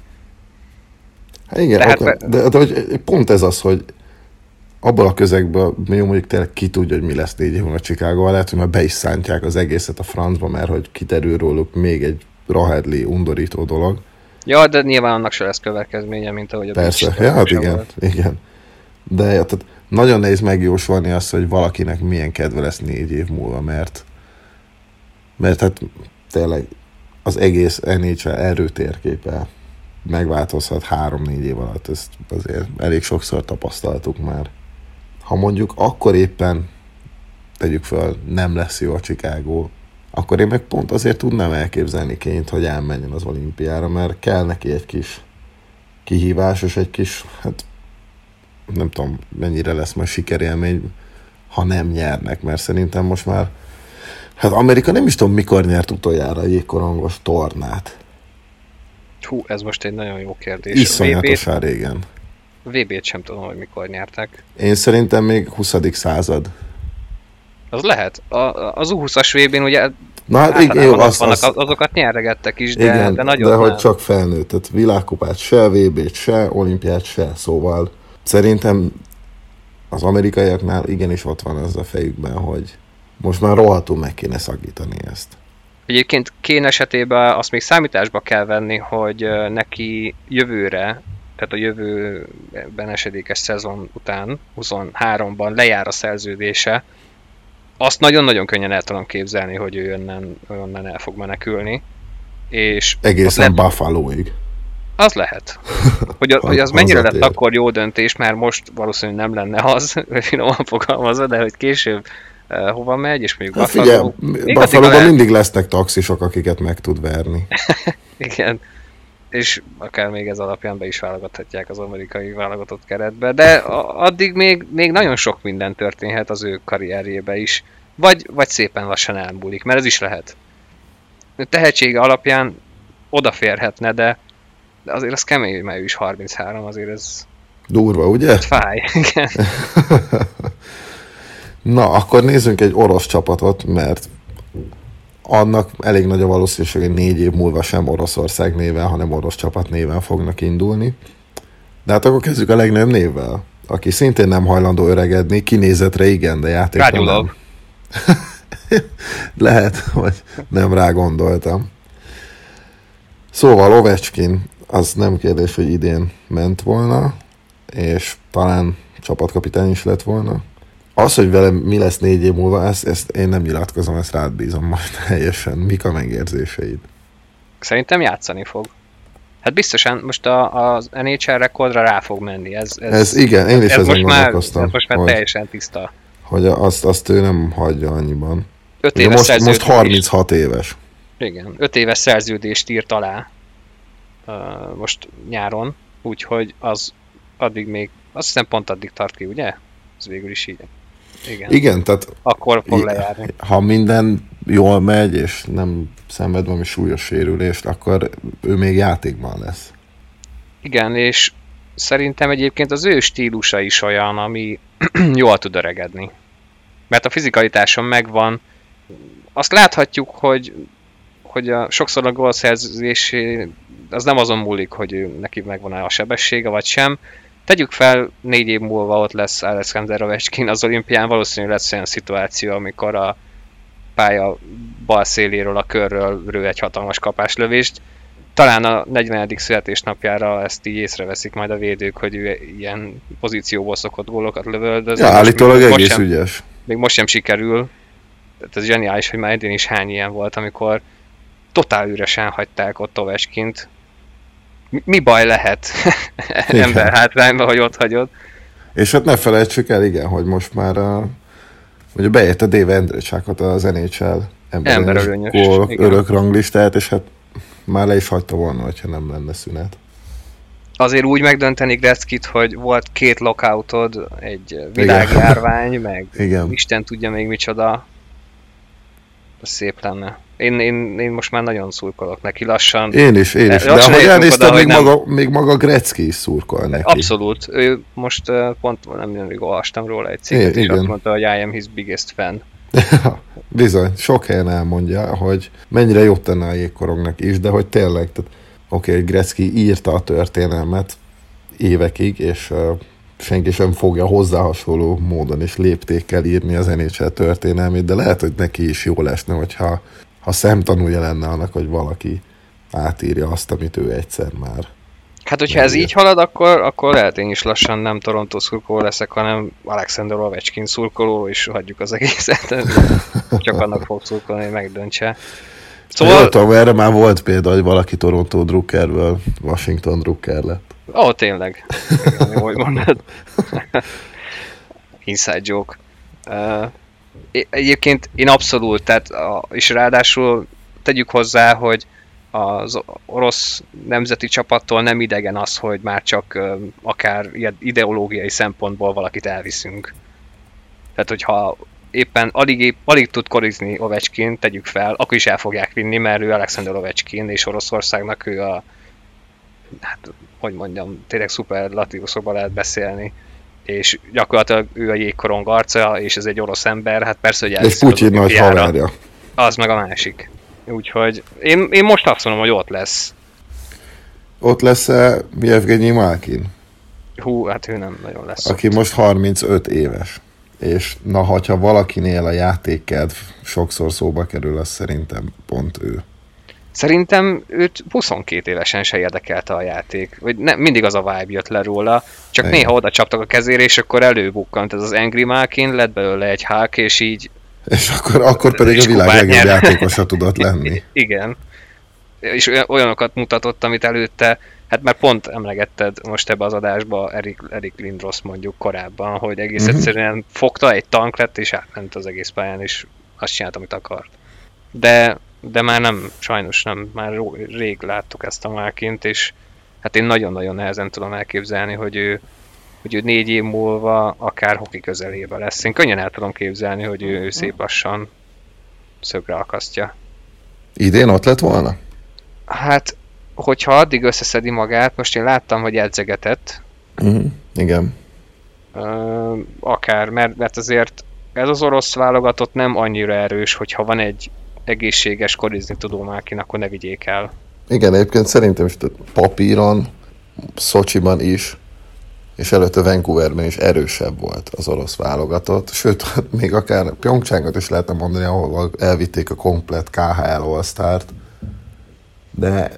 Hát igen, de hogy pont ez az, hogy abból a közegből mondjuk tényleg ki tudja, hogy mi lesz 4 év múlva Chicagóval, lehet, hogy már be is szántják az egészet a francba, mert hogy kiterül róluk még egy rahedli, undorító dolog. Ja, de nyilván annak se lesz következménye, mint ahogy a persze, ja, hát igen. De tehát nagyon nehéz megjósolni azt, hogy valakinek milyen kedve lesz 4 év múlva, mert hát tényleg az egész NHL erőtérképe megváltozhat 3-4 év alatt, ezt azért elég sokszor tapasztaltuk már. Ha mondjuk akkor éppen tegyük fel, nem lesz jó a Chicago, akkor én meg pont azért tudnám elképzelni Kane-t, hogy elmenjen az olimpiára, mert kell neki egy kis kihívás, és egy kis, hát nem tudom, mennyire lesz majd sikerélmény, ha nem nyernek, mert szerintem most már, hát Amerika nem is tudom, mikor nyert utoljára a jégkorongos tornát. Hú, ez most egy nagyon jó kérdés. Iszonyatosan régen. VB-t sem tudom, hogy mikor nyertek. Én szerintem még 20. század. Az lehet. Az U20-as VB-n ugye na, hát igen, azokat nyeregettek is, igen, de nagyon de hogy csak felnőtt. Tehát világkupát se, VB-t se, olimpiát se, szóval szerintem az amerikaiaknál igenis ott van az a fejükben, hogy most már rohadtul meg kéne szakítani ezt. Egyébként Kane esetében azt még számításba kell venni, hogy neki jövőre, tehát a jövőben esedékes szezon után, 23-ban lejár a szerződése. Azt nagyon-nagyon könnyen el tudom képzelni, hogy ő onnan el fog menekülni. És egészen Buffalo-ig. Az lehet. Hogy az mennyire lett akkor jó döntés, már most valószínűleg nem lenne az, finoman fogalmazva, de hogy később hova megy, és még Buffalo... Buffalo-ban mindig lesznek taxisok, akiket meg tud verni. Igen. És akár még ez alapján be is válogathatják az amerikai válogatott keretbe, de addig még nagyon sok minden történhet az ő karrierjébe is. Vagy szépen lassan elmúlik, mert ez is lehet. A tehetsége alapján odaférhetne, de azért az kemény, mert ő is 33, azért ez... durva, ugye? Fáj, igen. Na, akkor nézzünk egy orosz csapatot, mert annak elég nagy a valószínűség, hogy 4 év múlva sem Oroszország néven, hanem orosz csapat néven fognak indulni. De hát akkor kezdjük a legnagyobb névvel, aki szintén nem hajlandó öregedni, kinézetre igen, de játékban nem. Lehet, hogy nem rá gondoltam. Szóval Ovechkin, az nem kérdés, hogy idén ment volna, és talán csapatkapitány is lett volna. Az, hogy vele mi lesz 4 év múlva, ezt én nem nyilatkozom, ezt rád bízom majd teljesen. Mik a megérzéseid? Szerintem játszani fog. Hát biztosan most az NHL rekordra rá fog menni. Ez igen, én is ezen gondolkoztam. Ez most már teljesen tiszta. Hogy azt ő nem hagyja annyiban. 5 éves most 36 éves. Igen, 5 éves szerződést írt alá most nyáron, úgyhogy az addig még, azt hiszem pont addig tart ki, ugye? Ez végül is így. Igen, tehát akkor fog lejárni. Ha minden jól megy, és nem szenved valami súlyos sérülést, akkor ő még játékban lesz. Igen, és szerintem egyébként az ő stílusa is olyan, ami jól tud öregedni. Mert a fizikalitáson megvan. Azt láthatjuk, hogy sokszor a gólszerzés az nem azon múlik, hogy neki megvan a sebessége, vagy sem. Tegyük fel, 4 év múlva ott lesz Alexander Ovechkin az olimpián, valószínűleg lesz olyan szituáció, amikor a pálya bal széléről, a körről rő egy hatalmas kapáslövést. Talán a 40. születésnapjára ezt így észreveszik majd a védők, hogy ő ilyen pozícióból szokott gólokat lövöldözni. Ja, állítólag egész ügyes. Még most sem sikerül. Ez zseniális, hogy már eddig is hány ilyen volt, amikor totál üresen hagyták ott Ovechkint. Mi baj lehet ember hátrányba, hogy ott hagyod? És hát ne felejtsük el, igen, hogy most már ugye beérte Dave Andreycsákot az NHL emberölőnyös örök ranglistát, és hát már le is hagyta volna, hogyha nem lenne szünet. Azért úgy megdönteni Gretzkyt, hogy volt 2 lockoutod, egy világjárvány, meg igen. Isten tudja még micsoda. Az szép lenne. Én most már nagyon szurkolok neki lassan. Én is. De ahogy elnéztem, még maga Gretzky is szurkol neki. Abszolút. Ő most pont nemrég olvastam róla egy cikket, és azt mondta, hogy I am his biggest fan. Bizony, sok helyen elmondja, hogy mennyire jobb tenne a jégkorongnak is, de hogy tényleg, oké, Gretzky írta a történelmet évekig, és senki sem fogja hozzá hasonló módon és léptékkel írni az NHL történelmét, de lehet, hogy neki is jó lesne, hogyha szemtanúja lenne annak, hogy valaki átírja azt, amit ő egyszer már. Hát, hogyha ez így halad, akkor lehet én is lassan nem Toronto szurkoló leszek, hanem Alexander Ovechkin szurkoló, és hagyjuk az egészet. Csak annak fog szurkolni, hogy megdöntse. Szóval... Tudom, erre már volt példa, hogy valaki Toronto drukkerből Washington drukker lett. Ó, tényleg. Igen, hogy mondod. Inside joke. Egyébként én abszolút, tehát, és ráadásul tegyük hozzá, hogy az orosz nemzeti csapattól nem idegen az, hogy már csak akár ideológiai szempontból valakit elviszünk. Tehát, hogyha éppen alig tud korizni Ovechkin, tegyük fel, akkor is el fogják vinni, mert ő Alexander Ovechkin, és Oroszországnak ő a, hát, hogy mondjam, tényleg szuperlatívuszokban lehet beszélni. És gyakorlatilag ő a jégkorong arca, és ez egy orosz ember, hát persze, hogy és Putyin nagy haverja. Az meg a másik. Úgyhogy én most azt mondom, hogy ott lesz. Ott lesz-e Jevgenyi Malkin? Hú, hát ő nem nagyon lesz. Aki most 35 éves. És na, ha valakinél a játékkedv sokszor szóba kerül, az szerintem pont ő. Szerintem őt 22 évesen se érdekelte a játék. Vagy nem, mindig az a vibe jött le róla, csak igen. Néha oda csaptak a kezére, és akkor előbukkant ez az Angry Malkin, lett belőle egy Hulk, és így... És akkor pedig a világ legjobb játékosa tudott lenni. Igen. És olyanokat mutatott, amit előtte, hát már pont emlegetted most ebbe az adásba Erik Lindros mondjuk korábban, hogy egész egyszerűen fogta, egy tank lett, és átment az egész pályán, és azt csinált, amit akart. De már nem, sajnos nem, már rég láttuk ezt a Malkint, és hát én nagyon-nagyon nehezen tudom elképzelni, hogy ő 4 év múlva akár hoki közelébe lesz. Én könnyen el tudom képzelni, hogy ő szép lassan szögre akasztja. Idén ott lett volna? Hát, hogyha addig összeszedi magát, most én láttam, hogy edzegetett. Igen. Akár, mert azért ez az orosz válogatott nem annyira erős, hogyha van egy egészséges korizni tudó Malkin, akkor ne vigyék el. Igen, egyébként szerintem is papíron, Szocsiban is, és előtte Vancouverben is erősebb volt az orosz válogatott. Sőt, még akár Pyeongchangot is lehetne mondani, ahol elvitték a komplett KHL All-Start. De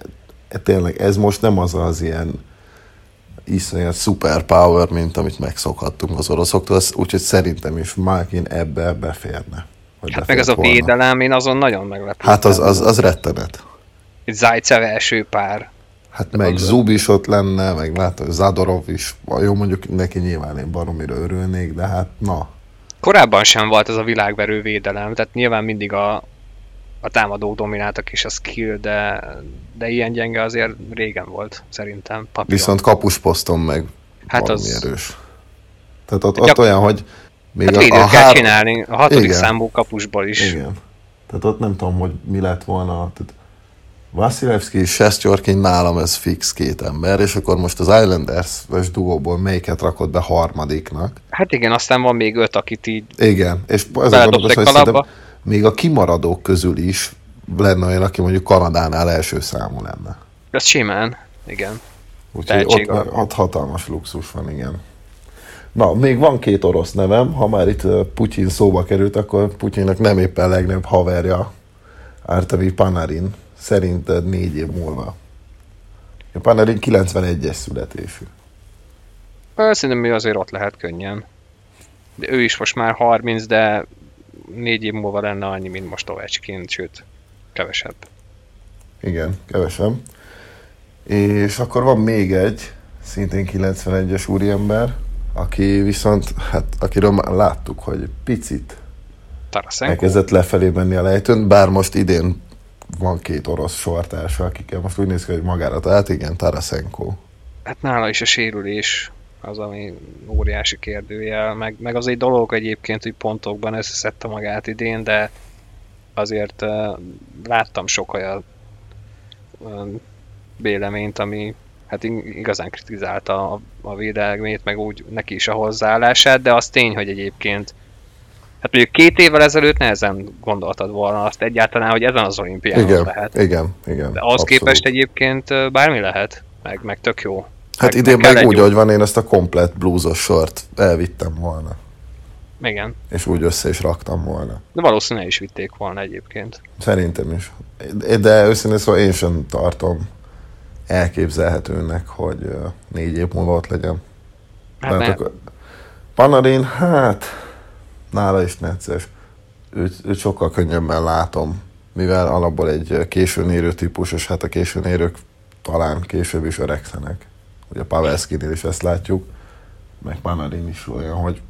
tényleg ez most nem az ilyen iszonyat superpower, mint amit megszokhattunk az oroszoktól, úgyhogy szerintem is Malkin ebbe beférne. Hát meg ez a védelem, én azon nagyon meglepődtem. Hát az rettenet. Egy Zajcev első pár. Hát meg Zub is ott lenne, meg látom, Zadorov is. Jó, mondjuk neki nyilván én baromira örülnék, de hát na. Korábban sem volt ez a világverő védelem, tehát nyilván mindig a támadók domináltak és a skill, de ilyen gyenge azért régen volt, szerintem. Papíron. Viszont kapusposzton meg hát valami az... erős. Tehát ott olyan, hogy még hát kell csinálni, a 6. számú kapusból is. Igen. Tehát ott nem tudom, hogy mi lett volna. Tehát Vasilevski és Shesterkin nálam ez fix 2 ember, és akkor most az Islanders-es duóból melyiket rakott be harmadiknak. Hát igen, aztán van még 5, akit így igen, és ezzel gondolom, hogy még a kimaradók közül is lenne olyan, aki mondjuk Kanadánál első számú lenne. Ez simán, igen. Úgyhogy ott hatalmas luxus van, igen. Na, még van 2 orosz nevem, ha már itt Putyin szóba került, akkor Putyinnak nem éppen legnagyobb haverja Artemi Panarin. Szerinted 4 év múlva. A Panarin 91-es születésű. Szerintem ő azért ott lehet könnyen. De ő is most már 30, de 4 év múlva lenne annyi, mint most Ovechkin, sőt, kevesebb. Igen, kevesebb. És akkor van még egy, szintén 91-es úriember, aki viszont, hát akiről már láttuk, hogy picit Tarasenko elkezdett lefelé menni a lejtőn, bár most idén van 2 orosz sortársa, akikkel most úgy néz ki, hogy magára talált, igen, Tarasenko. Hát nála is a sérülés az, ami óriási kérdőjel, meg az egy dolog egyébként, hogy pontokban összeszedte magát idén, de azért láttam sok olyan véleményt, ami hát igazán kritizálta a védelmét, meg úgy neki is a hozzáállását, de az tény, hogy egyébként hát mondjuk 2 évvel ezelőtt nehezen gondoltad volna azt egyáltalán, hogy ezen az olimpián lehet. Igen. De ahhoz képest egyébként bármi lehet, meg tök jó. Hát idén meg úgy, hogy van, én ezt a komplett bluesos sort elvittem volna. Igen. És úgy össze is raktam volna. De valószínűleg is vitték volna egyébként. Szerintem is. De őszintén szóval én sem tartom elképzelhetőnek, hogy 4 év múlva ott legyen. Hát akkor Panarin, hát nála is necces. Őt sokkal könnyebben látom, mivel alapból egy későn érő típus, és hát a későn érők talán később is öregszenek. Ugye Pavelskinél is ezt látjuk, meg Panarin is olyan, hogy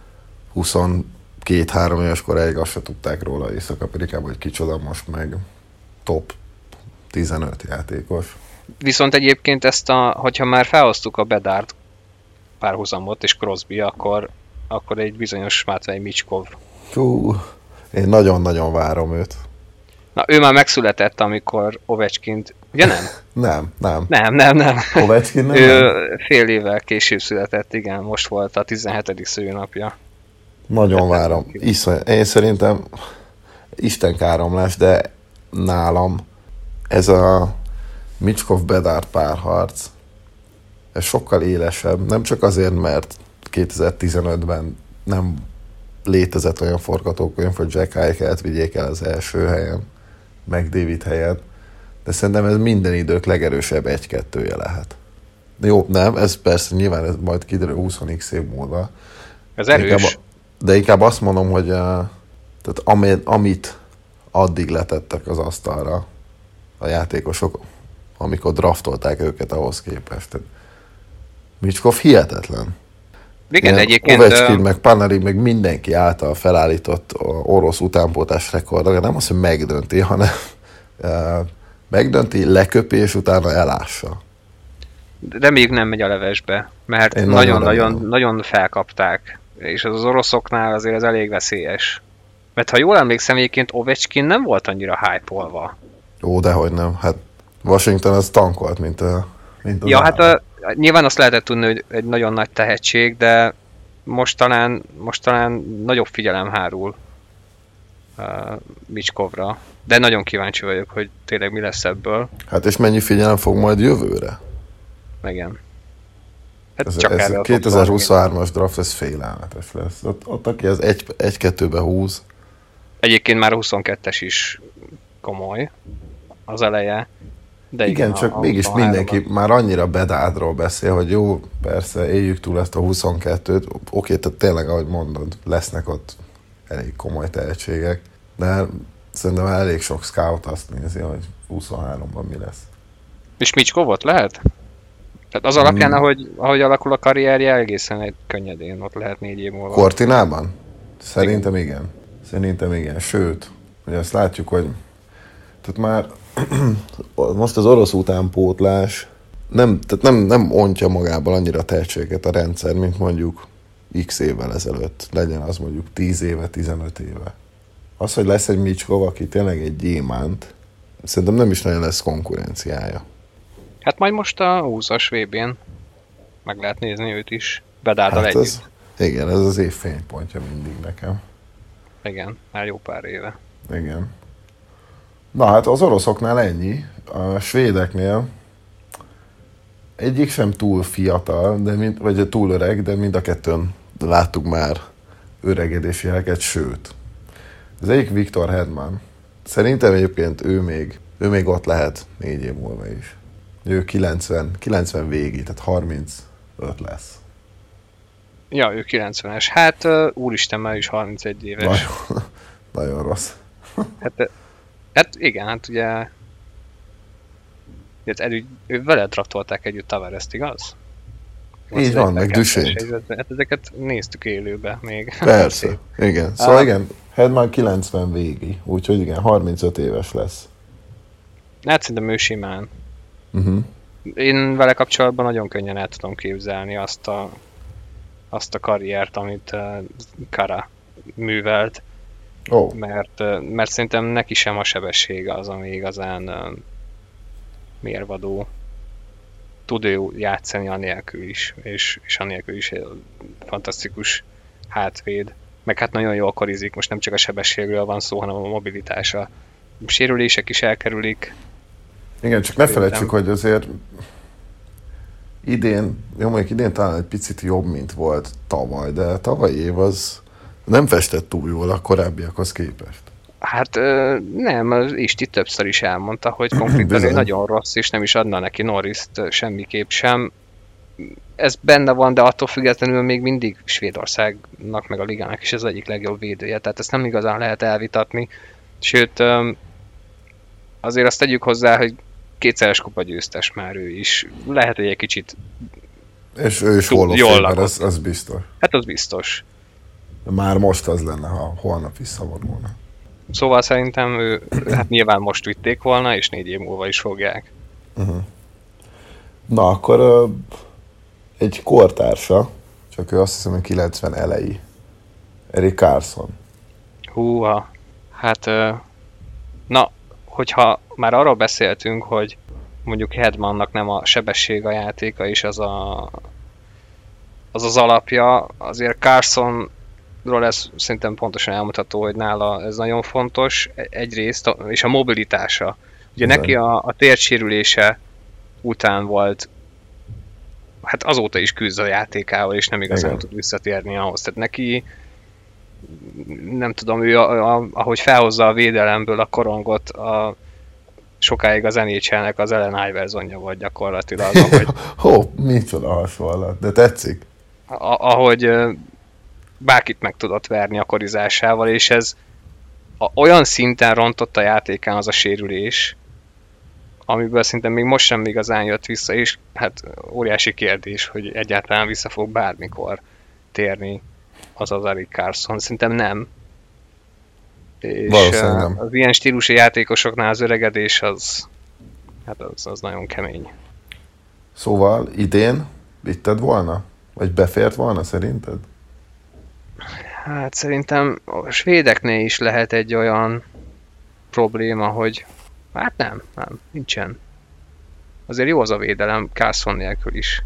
22-3 éves koráig azt se tudták róla Észak-Amerikában, hogy kicsoda, most meg top 15 játékos. Viszont egyébként hogyha már felhoztuk a Bedard párhuzamot és Crosby, akkor egy bizonyos Matvei Michkov. Én nagyon-nagyon várom őt. Na, ő már megszületett, amikor Ovechkint... Ugye nem? Nem. Ovechkin nem? Ő fél évvel később született, igen, most volt a 17. szülinapja. Nagyon várom. Én szerintem istenkáromlás, de nálam ez a Michkov-Bedard párharc ez sokkal élesebb. Nem csak azért, mert 2015-ben nem létezett olyan forgatókönyv, hogy Jack Eichelt vigyék el az első helyen, meg David helyett, de szerintem ez minden idők legerősebb 1-2-je lehet. Jó, nem, ez persze nyilván ez majd kiderül 20x év múlva. Ez erős. De inkább azt mondom, hogy tehát amit addig letettek az asztalra a játékosok, amikor draftolták őket ahhoz képest. Michkov hihetetlen. Igen, egyébként... Ovechkin, meg Panarin, meg mindenki által felállított orosz utánpótlás rekord, nem az, hogy megdönti, hanem megdönti, leköpi, és utána elássa. De még nem megy a levesbe, mert nagyon felkapták. És az oroszoknál azért ez elég veszélyes. Mert ha jól emlékszem, egyébként Ovechkin nem volt annyira hype-olva. Ó, dehogy nem. Hát Washington az tankolt, mint ja, hát nyilván azt lehetett tudni, hogy egy nagyon nagy tehetség, de most talán nagyobb figyelem hárul Michkovra. De nagyon kíváncsi vagyok, hogy tényleg mi lesz ebből. Hát és mennyi figyelem fog majd jövőre? Igen. Hát ez csak ez 2023-as draft, ez félelmetes lesz. Ott aki az 1-2-be húz. Egyébként már a 22-es is komoly az eleje. De igen, csak mégis mindenki már annyira bedádról beszél, hogy jó, persze, éljük túl ezt a 22-t. Oké, tehát tényleg, ahogy mondod, lesznek ott elég komoly tehetségek, de szerintem elég sok scout azt nézi, hogy 23-ban mi lesz. És Michkovot lehet? Tehát az alapján, ahogy alakul a karrierje, egészen egy könnyedén ott lehet 4 év múlva. Cortinában? Szerintem igen. Szerintem igen. Sőt, ugye azt látjuk, hogy tehát már most az orosz utánpótlás nem ontja magából annyira tehetséget a rendszer, mint mondjuk x évvel ezelőtt. Legyen az mondjuk 10 éve, 15 éve. Az, hogy lesz egy Michkov, aki tényleg egy gyémánt, szerintem nem is nagyon lesz konkurenciája. Hát majd most a 20-as VB-n meg lehet nézni őt is. Bedárdal hát együtt. Igen, ez az év fénypontja mindig nekem. Igen, már jó pár éve. Igen. Na hát az oroszoknál ennyi. A svédeknél egyik sem túl fiatal, vagy túl öreg, de mind a kettőn láttuk már öregedési jeleket, sőt. Az egyik Viktor Hedman. Szerintem egyébként ő még ott lehet 4 év múlva is. Ő 90 végig, tehát 35 lesz. Ja, ő 90-es. Hát úristen, már is 31 éves. Nagyon rossz. Hát igen, hát ugye ő vele draftolták együtt Tavarest, igaz? Így van, meg Duchesne-t. Hát ezeket néztük élőbe még. Persze, igen. Szóval igen, Hedman 90 végi, úgyhogy igen, 35 éves lesz. Hát szerintem ő simán. Én vele kapcsolatban nagyon könnyen el tudom képzelni azt a karriert, amit Kara művelt. Oh. Mert szerintem neki sem a sebessége az, ami igazán mérvadó. Tud ő játszani anélkül is, és anélkül is fantasztikus hátvéd. Meg hát nagyon jól korizik, most nem csak a sebességről van szó, hanem a mobilitása. Sérülések is elkerülik. Igen, csak ne felejtsük, hogy azért mondjuk idén talán egy picit jobb, mint volt tavaly, de tavaly év az nem festett túl jól a korábbiakhoz képest. Hát nem, az Isti többször is elmondta, hogy konkrétan egy nagyon rossz, és nem is adna neki Norrist semmiképp sem. Ez benne van, de attól függetlenül még mindig Svédországnak, meg a ligának is az egyik legjobb védője, tehát ezt nem igazán lehet elvitatni. Sőt, azért azt tegyük hozzá, hogy 2-szeres kupa győztes már ő is. Lehet, hogy egy kicsit és ő is jól az biztos. Hát az biztos. Már most az lenne, ha holnap visszavonulna. Szóval szerintem hát nyilván most vitték volna, és 4 év múlva is fogják. Na, akkor egy kortársa, csak ő azt hiszem, hogy 90 elejé. Erik Karlsson. Húha, hát na, hogyha már arról beszéltünk, hogy mondjuk Hedmannak nem a sebesség a játéka, és az alapja, azért Karlssonról ez szerintem pontosan elmutató, hogy nála ez nagyon fontos egyrészt, és a mobilitása. Ugye neki a térsérülése után volt, hát azóta is küzd a játékával, és nem igazán tud visszatérni ahhoz. Tehát neki, nem tudom, ő ahogy felhozza a védelemből a korongot, sokáig az NHL-nek az Allen Iversonja volt gyakorlatilag. Micsoda hasonlat, de tetszik. Ahogy bárkit meg tudott verni a korizásával, és ez olyan szinten rontott a játékán az a sérülés, amiből szerintem még most sem igazán jött vissza, és hát óriási kérdés, hogy egyáltalán vissza fog bármikor térni az Erik Karlsson. Szerintem nem. És az ilyen stílusú játékosoknál az öregedés az nagyon kemény. Szóval idén vitted volna? Vagy befért volna szerinted? Hát szerintem a svédeknél is lehet egy olyan probléma, hogy hát nem, nincsen. Azért jó az a védelem Karlsson nélkül is.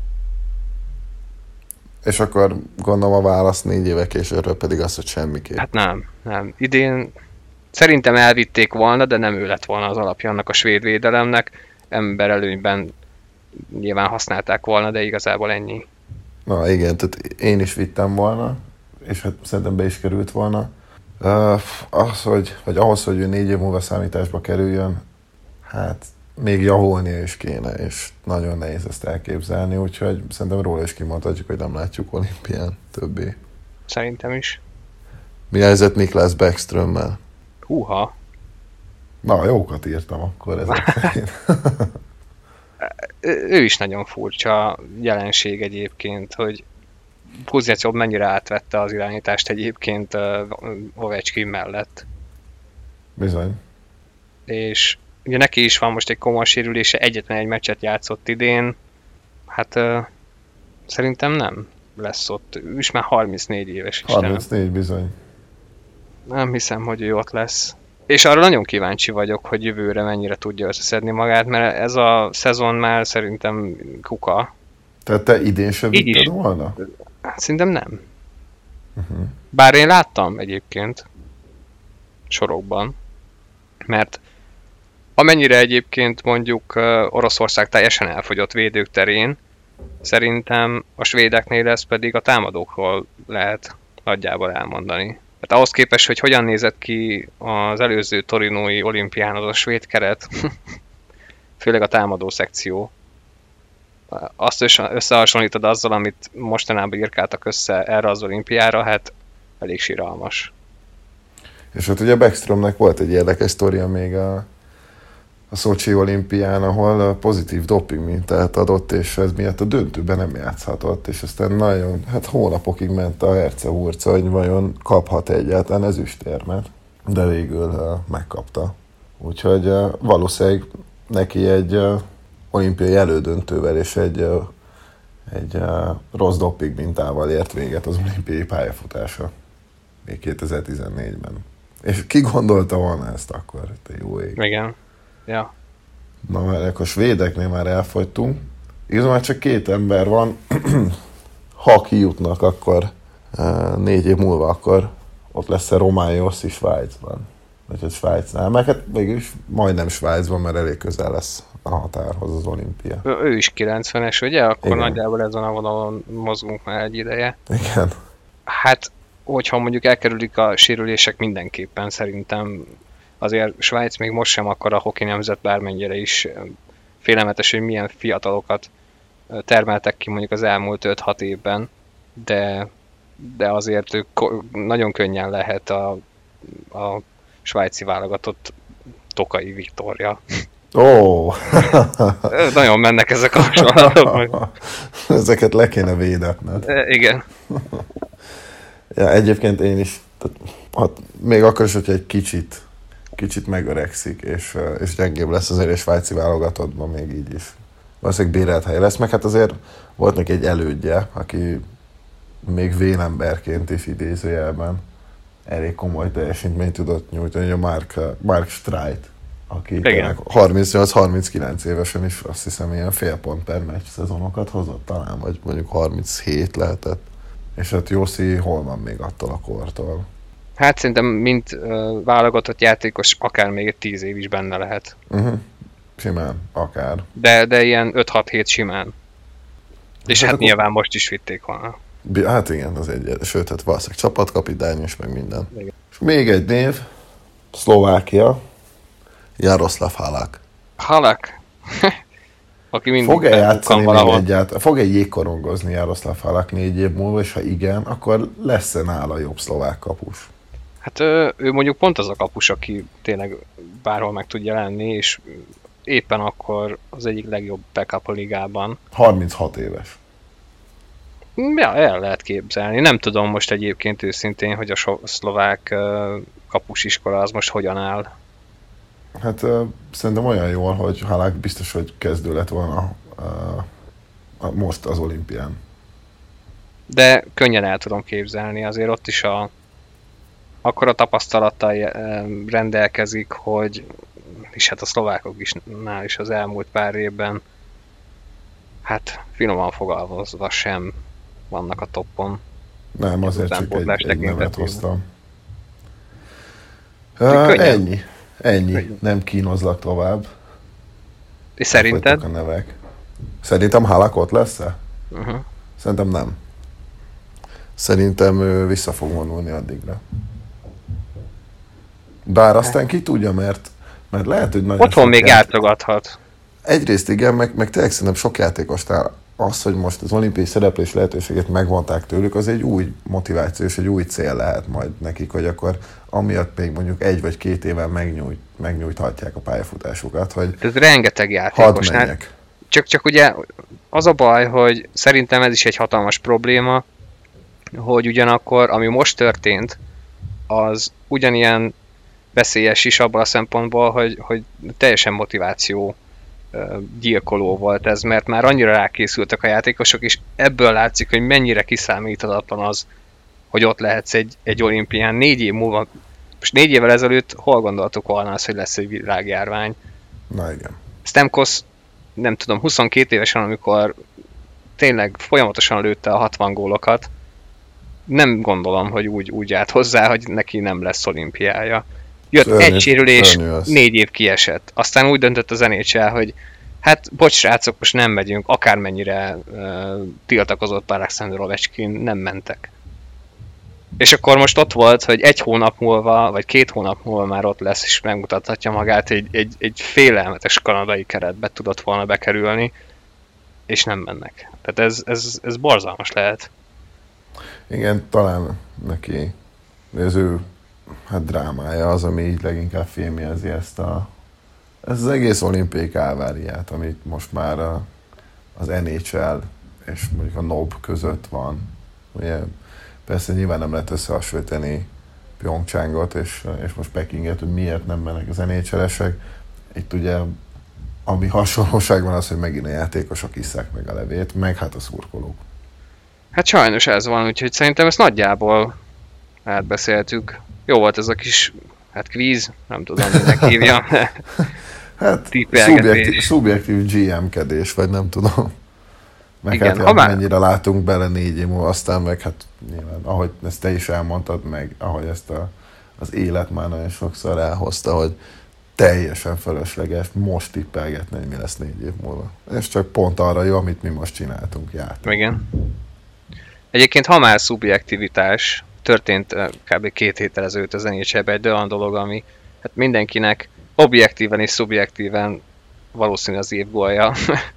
És akkor gondolom a válasz 4 éve később pedig az, hogy semmiképp. Hát nem. Idén szerintem elvitték volna, de nem ő lett volna az alapja annak a svéd védelemnek. Emberelőnyben nyilván használták volna, de igazából ennyi. Na igen, tehát én is vittem volna, és hát szerintem be is került volna. Ahhoz, hogy ő 4 év múlva számításba kerüljön, hát még javulnia is kéne, és nagyon nehéz ezt elképzelni, úgyhogy szerintem róla is kimondhatjuk, hogy nem látjuk olimpián többé. Szerintem is. Mi a helyzet Niklas Bäckströmmel? Húha. Na, jókat írtam akkor ezek szerint. Ő is nagyon furcsa jelenség egyébként, hogy Kuznecov mennyire átvette az irányítást egyébként Ovechkin mellett. Bizony. És ugye neki is van most egy komoly sérülése, egyetlen egy meccset játszott idén, hát szerintem nem lesz ott. Ő is már 34 éves. 34 bizony. Nem hiszem, hogy ő ott lesz. És arra nagyon kíváncsi vagyok, hogy jövőre mennyire tudja összeszedni magát, mert ez a szezon már szerintem kuka. Tehát te idén sem vitted volna? Szerintem nem. Bár én láttam egyébként sorokban, mert amennyire egyébként mondjuk Oroszország teljesen elfogyott védők terén, szerintem a svédeknél ez pedig a támadókról lehet nagyjából elmondani. Hát ahhoz képest, hogy hogyan nézett ki az előző torinói olimpián az a svéd keret, főleg a támadó szekció, azt összehasonlítod azzal, amit mostanában írkáltak össze erre az olimpiára, hát elég siralmas. És hát ugye Bäckströmnek volt egy érdekes sztoria még a Szocsi olimpián, ahol pozitív doping mintát adott, és ez miatt a döntőben nem játszhatott, és aztán nagyon, hát hónapokig ment a herce-hurca, hogy vajon kaphat egyáltalán ezüstérmet, de végül megkapta. Úgyhogy valószínűleg neki egy olimpiai elődöntővel és egy rossz doping mintával ért véget az olimpiai pályafutása még 2014-ben. És ki gondolta volna ezt akkor? Te jó ég. Igen. Ja. Na, mert a svédeknél már elfogytunk. Igazából csak 2 ember van. Ha kijutnak, akkor 4 év múlva, akkor ott lesz a Romány Jossi Svájcban. Vagy hát Svájcnál. Meg hát mégis majdnem Svájcban, mert elég közel lesz a határhoz az olimpia. Ő is 90-es, ugye? Akkor igen. Nagyjából ezen a vonalon mozgunk már egy ideje. Igen. Hát, hogyha mondjuk elkerülik a sérülések, mindenképpen szerintem azért Svájc még most sem akkora hoki nemzet, bármennyire is félelmetes, hogy milyen fiatalokat termeltek ki mondjuk az elmúlt 5-6 évben, de azért ők nagyon könnyen lehet a svájci válogatott Tokai Viktória. Ó! Nagyon mennek ezek a hasonlatok. Ezeket le kéne védetned. Igen. Ja, egyébként én is, tehát, még akkor is, hogyha egy kicsit megöregszik, és gyengébb lesz azért egy svájci válogatottban még így is. Valószínűleg bérelt hely lesz, meg hát azért volt neki egy elődje, aki még vénemberként is idézőjelben elég komoly teljesítményt tudott nyújtani, a Mark Streit, aki 38-39 évesen is azt hiszem ilyen fél pont per meccs szezonokat hozott talán, vagy mondjuk 37 lehetett. És hát Jossi hol van még attól a kortól? Hát szerintem mint válogatott játékos akár még 10 év is benne lehet. Simán, akár. De ilyen 5-6-7 simán. És hát nyilván most is vitték volna. Hát igen, az egy, sőt, hát valószínűleg csapatkapitány és meg minden. Igen. És még egy név, Szlovákia, Jaroszláv Halak. Halak? Aki mindig fog-e játszani még egyáltalán? Fog-e jégkorongozni Jaroszláv Halak 4 év múlva, és ha igen, akkor lesz-e nála jobb szlovák kapus? Hát ő mondjuk pont az a kapus, aki tényleg bárhol meg tud jelenni, és éppen akkor az egyik legjobb backup a ligában. 36 éves. Ja, el lehet képzelni. Nem tudom most egyébként őszintén, hogy a szlovák kapusiskola az most hogyan áll. Hát szerintem olyan jól, hogy Halak biztos, hogy kezdő lett volna most az olimpián. De könnyen el tudom képzelni, azért ott is akkora tapasztalattal rendelkezik, hogy és hát a szlovákok is nál is az elmúlt pár évben hát finoman fogalmazva sem vannak a toppon. Nem, azért csak egy nevet hoztam. Ennyi. Nem kínozlak tovább. És szerinted? A nevek. Szerintem Halak ott lesz-e? Szerintem nem. Szerintem ő vissza fog vonulni addigra. Bár aztán ki tudja, mert Mert lehet, hogy nagyon otthon még játszogathat. Egyrészt igen, meg tényleg szerintem sok játékosnál az, hogy most az olimpiai szereplés lehetőséget megvonták tőlük, az egy új motiváció és egy új cél lehet majd nekik, hogy akkor amiatt még mondjuk 1 vagy 2 éven megnyújthatják a pályafutásukat, hogy ez rengeteg játékosnál. Csak ugye az a baj, hogy szerintem ez is egy hatalmas probléma, hogy ugyanakkor, ami most történt, az ugyanilyen veszélyes is abban a szempontból, hogy teljesen motiváció gyilkoló volt ez, mert már annyira rákészültek a játékosok, és ebből látszik, hogy mennyire kiszámíthatatlan az, hogy ott lehetsz egy olimpián 4 év múlva. Most 4 évvel ezelőtt hol gondoltuk volna az, hogy lesz egy világjárvány? Na igen. Stamkos, nem tudom, 22 évesen, amikor tényleg folyamatosan lőtte a 60 gólokat, nem gondolom, hogy úgy állt hozzá, hogy neki nem lesz olimpiája. Jött egy sérülés, 4 év kiesett. Aztán úgy döntött az NHL, hogy hát bocs srácok, most nem megyünk, akármennyire tiltakozott Alexander Ovechkin, nem mentek. És akkor most ott volt, hogy 1 hónap múlva, vagy 2 hónap múlva már ott lesz, és megmutathatja magát, egy félelmetes kanadai keretbe tudott volna bekerülni, és nem mennek. Tehát ez borzalmas lehet. Igen, talán neki az ő drámája az, ami így leginkább fémjelzi ezt az egész olimpiai kálváriát, amit most már az NHL és mondjuk a NOB között van. Ugye, persze nyilván nem lehet összehasonlítani Pyeongchangot és most Pekinget, hogy miért nem mennek az NHL-esek. Itt ugye ami hasonlóság van az, hogy megint a játékosok isszák meg a levét, meg hát a szurkolók. Hát sajnos ez van, úgyhogy szerintem ezt nagyjából átbeszéltük. Jó volt ez a kis, kvíz, nem tudom, minek hívja. Hát szubjektív GM-kedés, vagy nem tudom. Meg igen, hát mennyire látunk bele 4 év múlva, aztán meg hát nyilván, ahogy ezt te is elmondtad, meg ahogy ezt az élet már nagyon sokszor elhozta, hogy teljesen fölösleges most tippelgetni, hogy mi lesz 4 év múlva. És csak pont arra jó, amit mi most csináltunk, jártunk. Igen. Egyébként, ha már szubjektivitás, történt kb. 2 héttel ezelőtt az NHL-ben egy olyan dolog, ami hát mindenkinek objektíven és szubjektíven valószínű az év gólja.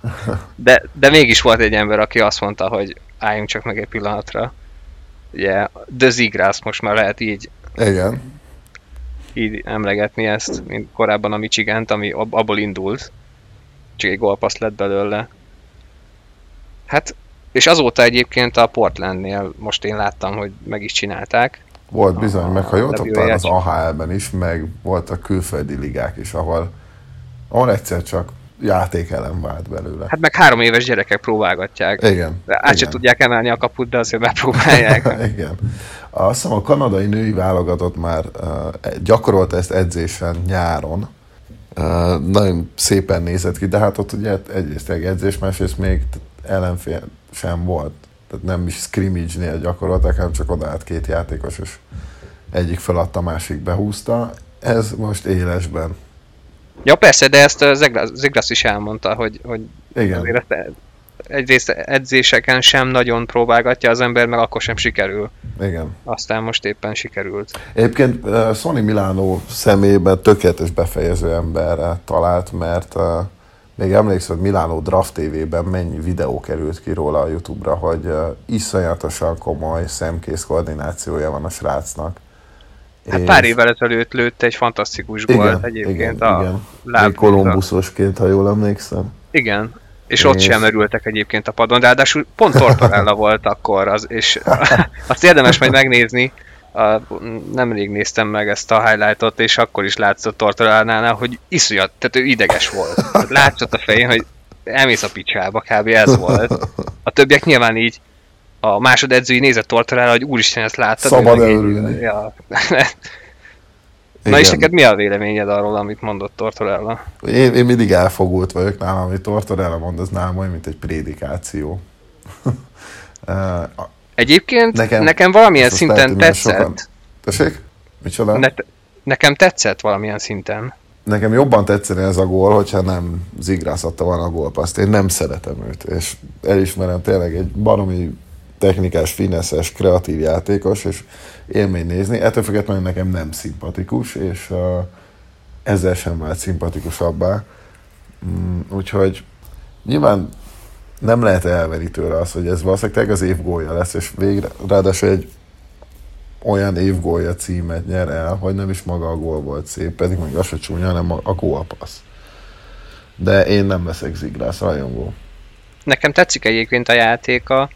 de mégis volt egy ember, aki azt mondta, hogy álljunk csak meg egy pillanatra. Ugye, The Zigrász most már lehet így, igen, így emlegetni ezt, mint korábban a Michigant, ami abból indult. Csak egy gólpassz lett belőle. Hát, és azóta egyébként a Portlandnél most én láttam, hogy meg is csinálták. Volt bizony, meg ha jól tudtál az AHL-ben is, meg voltak külföldi ligák is, ahol egyszer csak játékelem vált belőle. Hát meg 3 éves gyerekek próbálgatják. Igen. Át se tudják emelni a kaput, de azért megpróbálják. Igen. Azt hiszem a kanadai női válogatott már gyakorolt ezt edzésen nyáron. Nagyon szépen nézett ki, de hát ott ugye egyrészt edzés, másrészt még ellenfél sem volt. Tehát nem is scrimmage-nél gyakoroltak, hanem csak odaállt 2 játékos, és egyik feladta, másik behúzta. Ez most élesben. Ja persze, de ezt Zigrász is elmondta, hogy igen. Azért egyrészt edzéseken sem nagyon próbálgatja az ember, meg akkor sem sikerül. Igen. Aztán most éppen sikerült. Egyébként Sonny Milano személyében tökéletes befejező emberre talált, mert még emlékszem, hogy Milano Draft TV-ben mennyi videó került ki róla a YouTube-ra, hogy iszonyatosan komoly szemkész koordinációja van a srácnak. Hát pár évvel ezelőtt lőtt egy fantasztikus gólt egyébként a lábvízra. Kolumbuszosként, ha jól emlékszem. Igen, és ott sem merültek egyébként a padon, de ráadásul pont Tortorella volt akkor, és azt érdemes majd megnézni. Nemrég néztem meg ezt a highlightot, és akkor is látszott Tortorellánál, hogy iszonyat, tehát ő ideges volt. Látszott a fején, hogy elmész a picsába, kb. Ez volt. A többiek nyilván így, a másodedzői nézett Tortorella, hogy úristen, ezt láttad? Szabad elörülni. Ja. Na és neked mi a véleményed arról, amit mondott Tortorella? Én mindig elfogult vagyok nálam, amit Tortorella mond, az nálam olyan, mint egy prédikáció. Egyébként nekem valamilyen szinten tetszett. Tessék? Micsoda? Nekem tetszett valamilyen szinten. Nekem jobban tetszene ez a gól, hogyha nem Zigrász adta volna a gólpaszt. Én nem szeretem őt, és elismerem, tényleg egy baromi technikás, fineszes, kreatív játékos, és élmény nézni. Ettől függetlenül nekem nem szimpatikus, és ezzel sem vált szimpatikusabbá. Úgyhogy nyilván nem lehet elvenni tőle azt, hogy ez valószínűleg az év gólja lesz, és végre, ráadásul egy olyan év gólja címet nyer el, hogy nem is maga a gól volt szép, pedig még az se csúnya, hanem a gólpassz. De én nem leszek Zigrász rajongó. Nekem tetszik egyébként a játéka.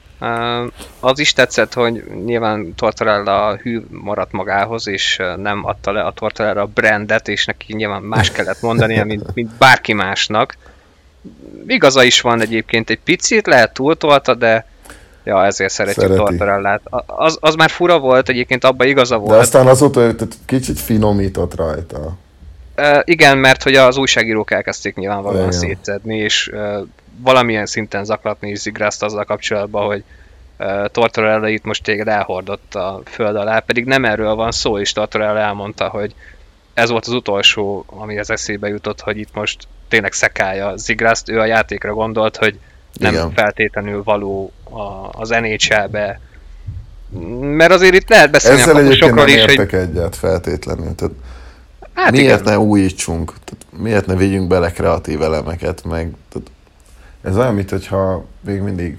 Az is tetszett, hogy nyilván Tortorella hű maradt magához, és nem adta le a Tortorella brandet, és neki nyilván más kellett mondania, mint bárki másnak. Igaza is van egyébként egy picit, lehet túltolta, de ja, ezért szeretjük Tortorellát. Az már fura volt, egyébként abban igaza volt. De aztán azóta kicsit finomított rajta. Igen, mert hogy az újságírók elkezdték nyilvánvalóan szétszedni, és valamilyen szinten zaklatni is Zigrászt azzal kapcsolatban, hogy Tortorella itt most téged elhordott a föld alá, pedig nem erről van szó, és Tortorella elmondta, hogy ez volt az utolsó, ami az eszébe jutott, hogy itt most tényleg szekálja Zigrászt, ő a játékra gondolt, hogy nem igen. Feltétlenül való az NHL-be, mert azért itt lehet beszélni ezzel a kapusokról is, hogy... Ezzel egyébként nem értek egyet feltétlenül, tehát hát miért igen. ne újítsunk, tehát miért ne vigyünk bele kreatív elemeket, meg tehát ez olyan, mint hogyha még mindig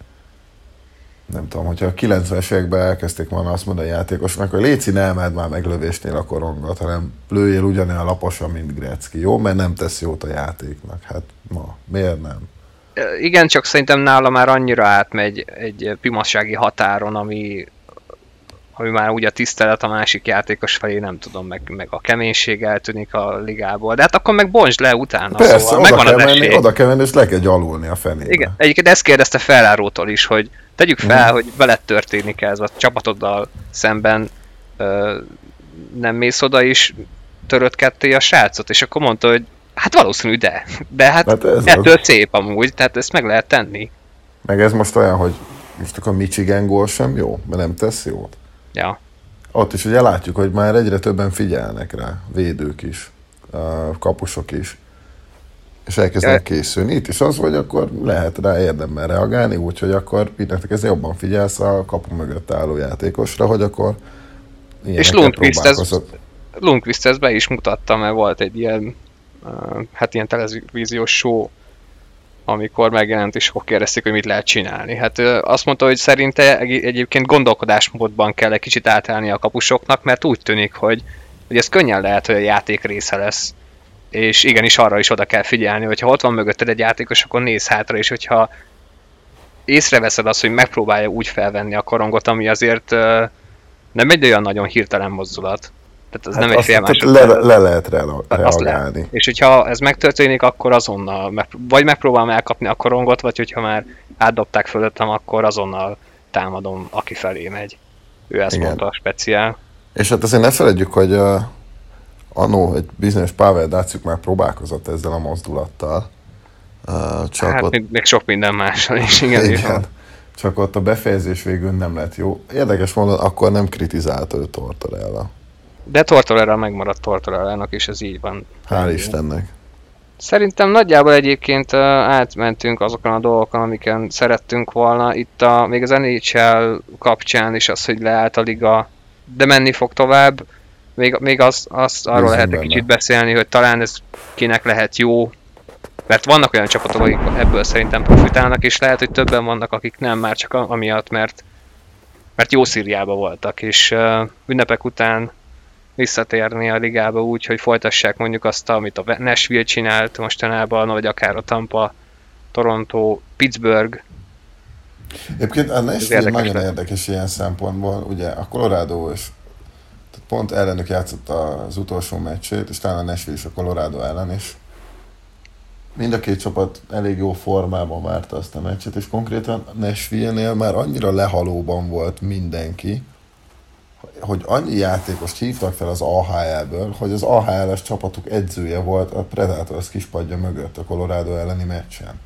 nem tudom, hogyha a 90-es években elkezdték volna azt mondani a játékosnak, hogy Léci, ne emeld már meg lövésnél a korongot, hanem lőjél ugyanolyan laposan, mint Gretzky, jó? Mert nem tesz jót a játéknak. Hát ma, miért nem? Igen, csak szerintem nála már annyira átmegy egy pimassági határon, ami már úgy a tisztelet a másik játékos felé, nem tudom, meg a keménység eltűnik a ligából. De hát akkor meg bontsd le utána, persze, szóval megvan az esély. Oda kell menni, és le kell gyalulni a fenébe. Igen, egyébként ezt kérdezte Ferrárótól is, hogy tegyük fel, hogy veled történik ez a csapatoddal szemben, nem mész oda is, töröd ketté a srácot, és akkor mondta, hogy hát valószínű, de hát ettől szép amúgy, tehát ezt meg lehet tenni. Meg ez most olyan, hogy most akkor Michigan gól sem jó, mert nem tesz jót. Ja. Ott is ugye látjuk, hogy már egyre többen figyelnek rá, védők is, kapusok is, és elkezdenek készülni. Itt is az, hogy akkor lehet rá érdemben reagálni, úgyhogy akkor mindenki kezdve jobban figyelsz a kapu mögött álló játékosra, hogy akkor és Lundqvist ezt be is mutatta, mert volt egy ilyen ilyen televíziós show, amikor megjelent, és akkor kérdezték, hogy mit lehet csinálni. Hát azt mondta, hogy szerinte egyébként gondolkodásmódban kell egy kicsit átállni a kapusoknak, mert úgy tűnik, hogy ez könnyen lehet, hogy a játék része lesz. És igenis arra is oda kell figyelni, hogyha ott van mögötted egy játékos, akkor nézz hátra, és hogyha észreveszed azt, hogy megpróbálja úgy felvenni a korongot, ami azért nem egy olyan nagyon hirtelen mozdulat. Tehát ez nem egy fél másodperc. Le lehet reagálni. És hogyha ez megtörténik, akkor azonnal vagy megpróbálom elkapni a korongot, vagy hogyha már átdobták fölöttem, akkor azonnal támadom, aki felé megy. Ő ezt mondta a speciál. És hát azért ne feledjük, hogy annó egy bizonyos Pavel Datsyuk már próbálkozott ezzel a mozdulattal. Csak hát ott... még sok minden mással is, igen. Csak ott a befejezés végül nem lett jó. Érdekes módon akkor nem kritizálta ő Tortorella. De Tortorella megmaradt Tortorellának, és ez így van. Hál' Istennek. Szerintem nagyjából egyébként átmentünk azokon a dolgokon, amiken szerettünk volna. Itt még az NHL kapcsán is az, hogy leállt a liga, de menni fog tovább. Még arról lehet egy kicsit beszélni, hogy talán ez kinek lehet jó. Mert vannak olyan csapatok, akik ebből szerintem profitálnak, és lehet, hogy többen vannak, akik nem, már csak amiatt, mert jó Szíriában voltak, és ünnepek után visszatérni a ligába úgy, hogy folytassák mondjuk azt, amit a Nashville csinált mostanában, vagy akár a Tampa, Toronto, Pittsburgh. Egyébként a Nashville nagyon érdekes ilyen szempontból, ugye a Colorado és pont ellenük játszott az utolsó meccsét, és talán a Nashville is a Colorado ellen, és mind a két csapat elég jó formában várta azt a meccset, és konkrétan Nashville-nél már annyira lehalóban volt mindenki, hogy annyi játékost hívtak fel az AHL-ből, hogy az AHL-es csapatuk edzője volt a Predators kispadja mögött a Colorado elleni meccsen.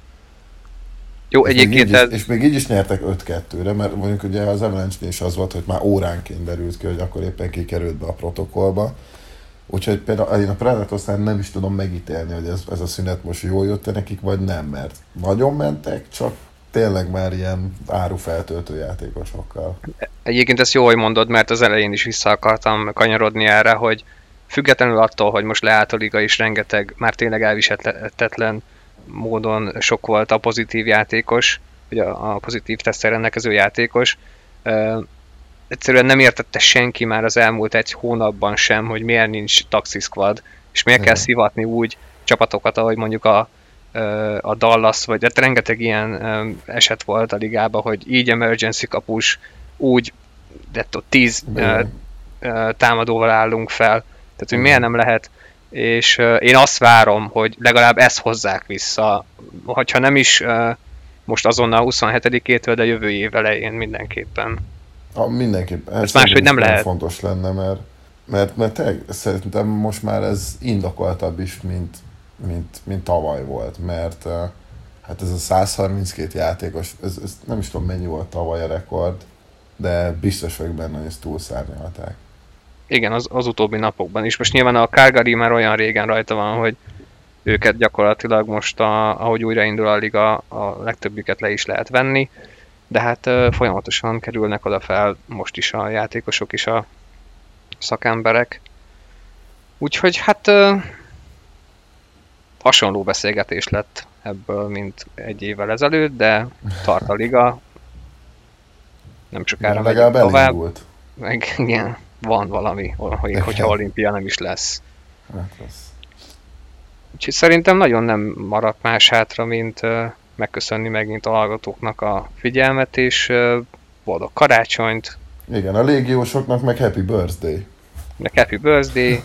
Jó, egyébként és még így is nyertek 5-2-re, mert mondjuk ugye az Avalanche-nél is az volt, hogy már óránként derült ki, hogy akkor éppen kikerült be a protokollba. Úgyhogy például én a Predators-nál nem is tudom megítélni, hogy ez a szünet most jól jött nekik, vagy nem, mert nagyon mentek, csak tényleg már ilyen árufeltöltő játékosokkal. Egyébként ezt jó, hogy mondod, mert az elején is vissza akartam kanyarodni erre, hogy függetlenül attól, hogy most leállt a liga és rengeteg, már tényleg elviselhetetlen módon sok volt a pozitív játékos, vagy a pozitív tesztel rendelkező játékos, egyszerűen nem értette senki már az elmúlt egy hónapban sem, hogy miért nincs taxi squad, és miért kell szivatni úgy csapatokat, ahogy mondjuk a Dallas, vagy hát rengeteg ilyen eset volt a ligában, hogy így emergency kapus, úgy, de 10 támadóval állunk fel. Tehát, hogy miért nem lehet, és én azt várom, hogy legalább ezt hozzák vissza, hogyha nem is most azonnal 27-től, de jövő év elején mindenképpen. Mindenképpen. Ez máshogy nem lehet. Fontos lenne, mert szerintem most már ez indokoltabb is, mint tavaly volt, mert hát ez a 132 játékos, ez nem is tudom mennyi volt tavaly a rekord, de biztos vagyok benne, hogy ezt túlszárnyalták. Igen, az utóbbi napokban is. Most nyilván a Calgary már olyan régen rajta van, hogy őket gyakorlatilag most, ahogy újraindul a liga, a legtöbbüket le is lehet venni, de hát folyamatosan kerülnek oda fel most is a játékosok is, a szakemberek. Úgyhogy hát hasonló beszélgetés lett ebből, mint egy évvel ezelőtt, de tart a liga. Nem sokára megyünk tovább. Meg igen, van valami, hogyha olimpia nem is lesz. Hát lesz. Úgyhogy szerintem nagyon nem maradt más hátra, mint megköszönni megint a hallgatóknak a figyelmet, és boldog karácsonyt. Igen, a légiósoknak meg happy birthday. Meg happy birthday,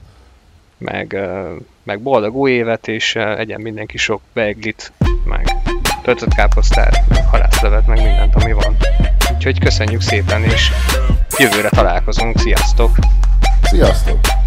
meg boldog új évet, és egyen mindenki sok beiglit, meg töltött káposztát, meg halászlevet, meg mindent, ami van. Úgyhogy köszönjük szépen, és jövőre találkozunk. Sziasztok! Sziasztok!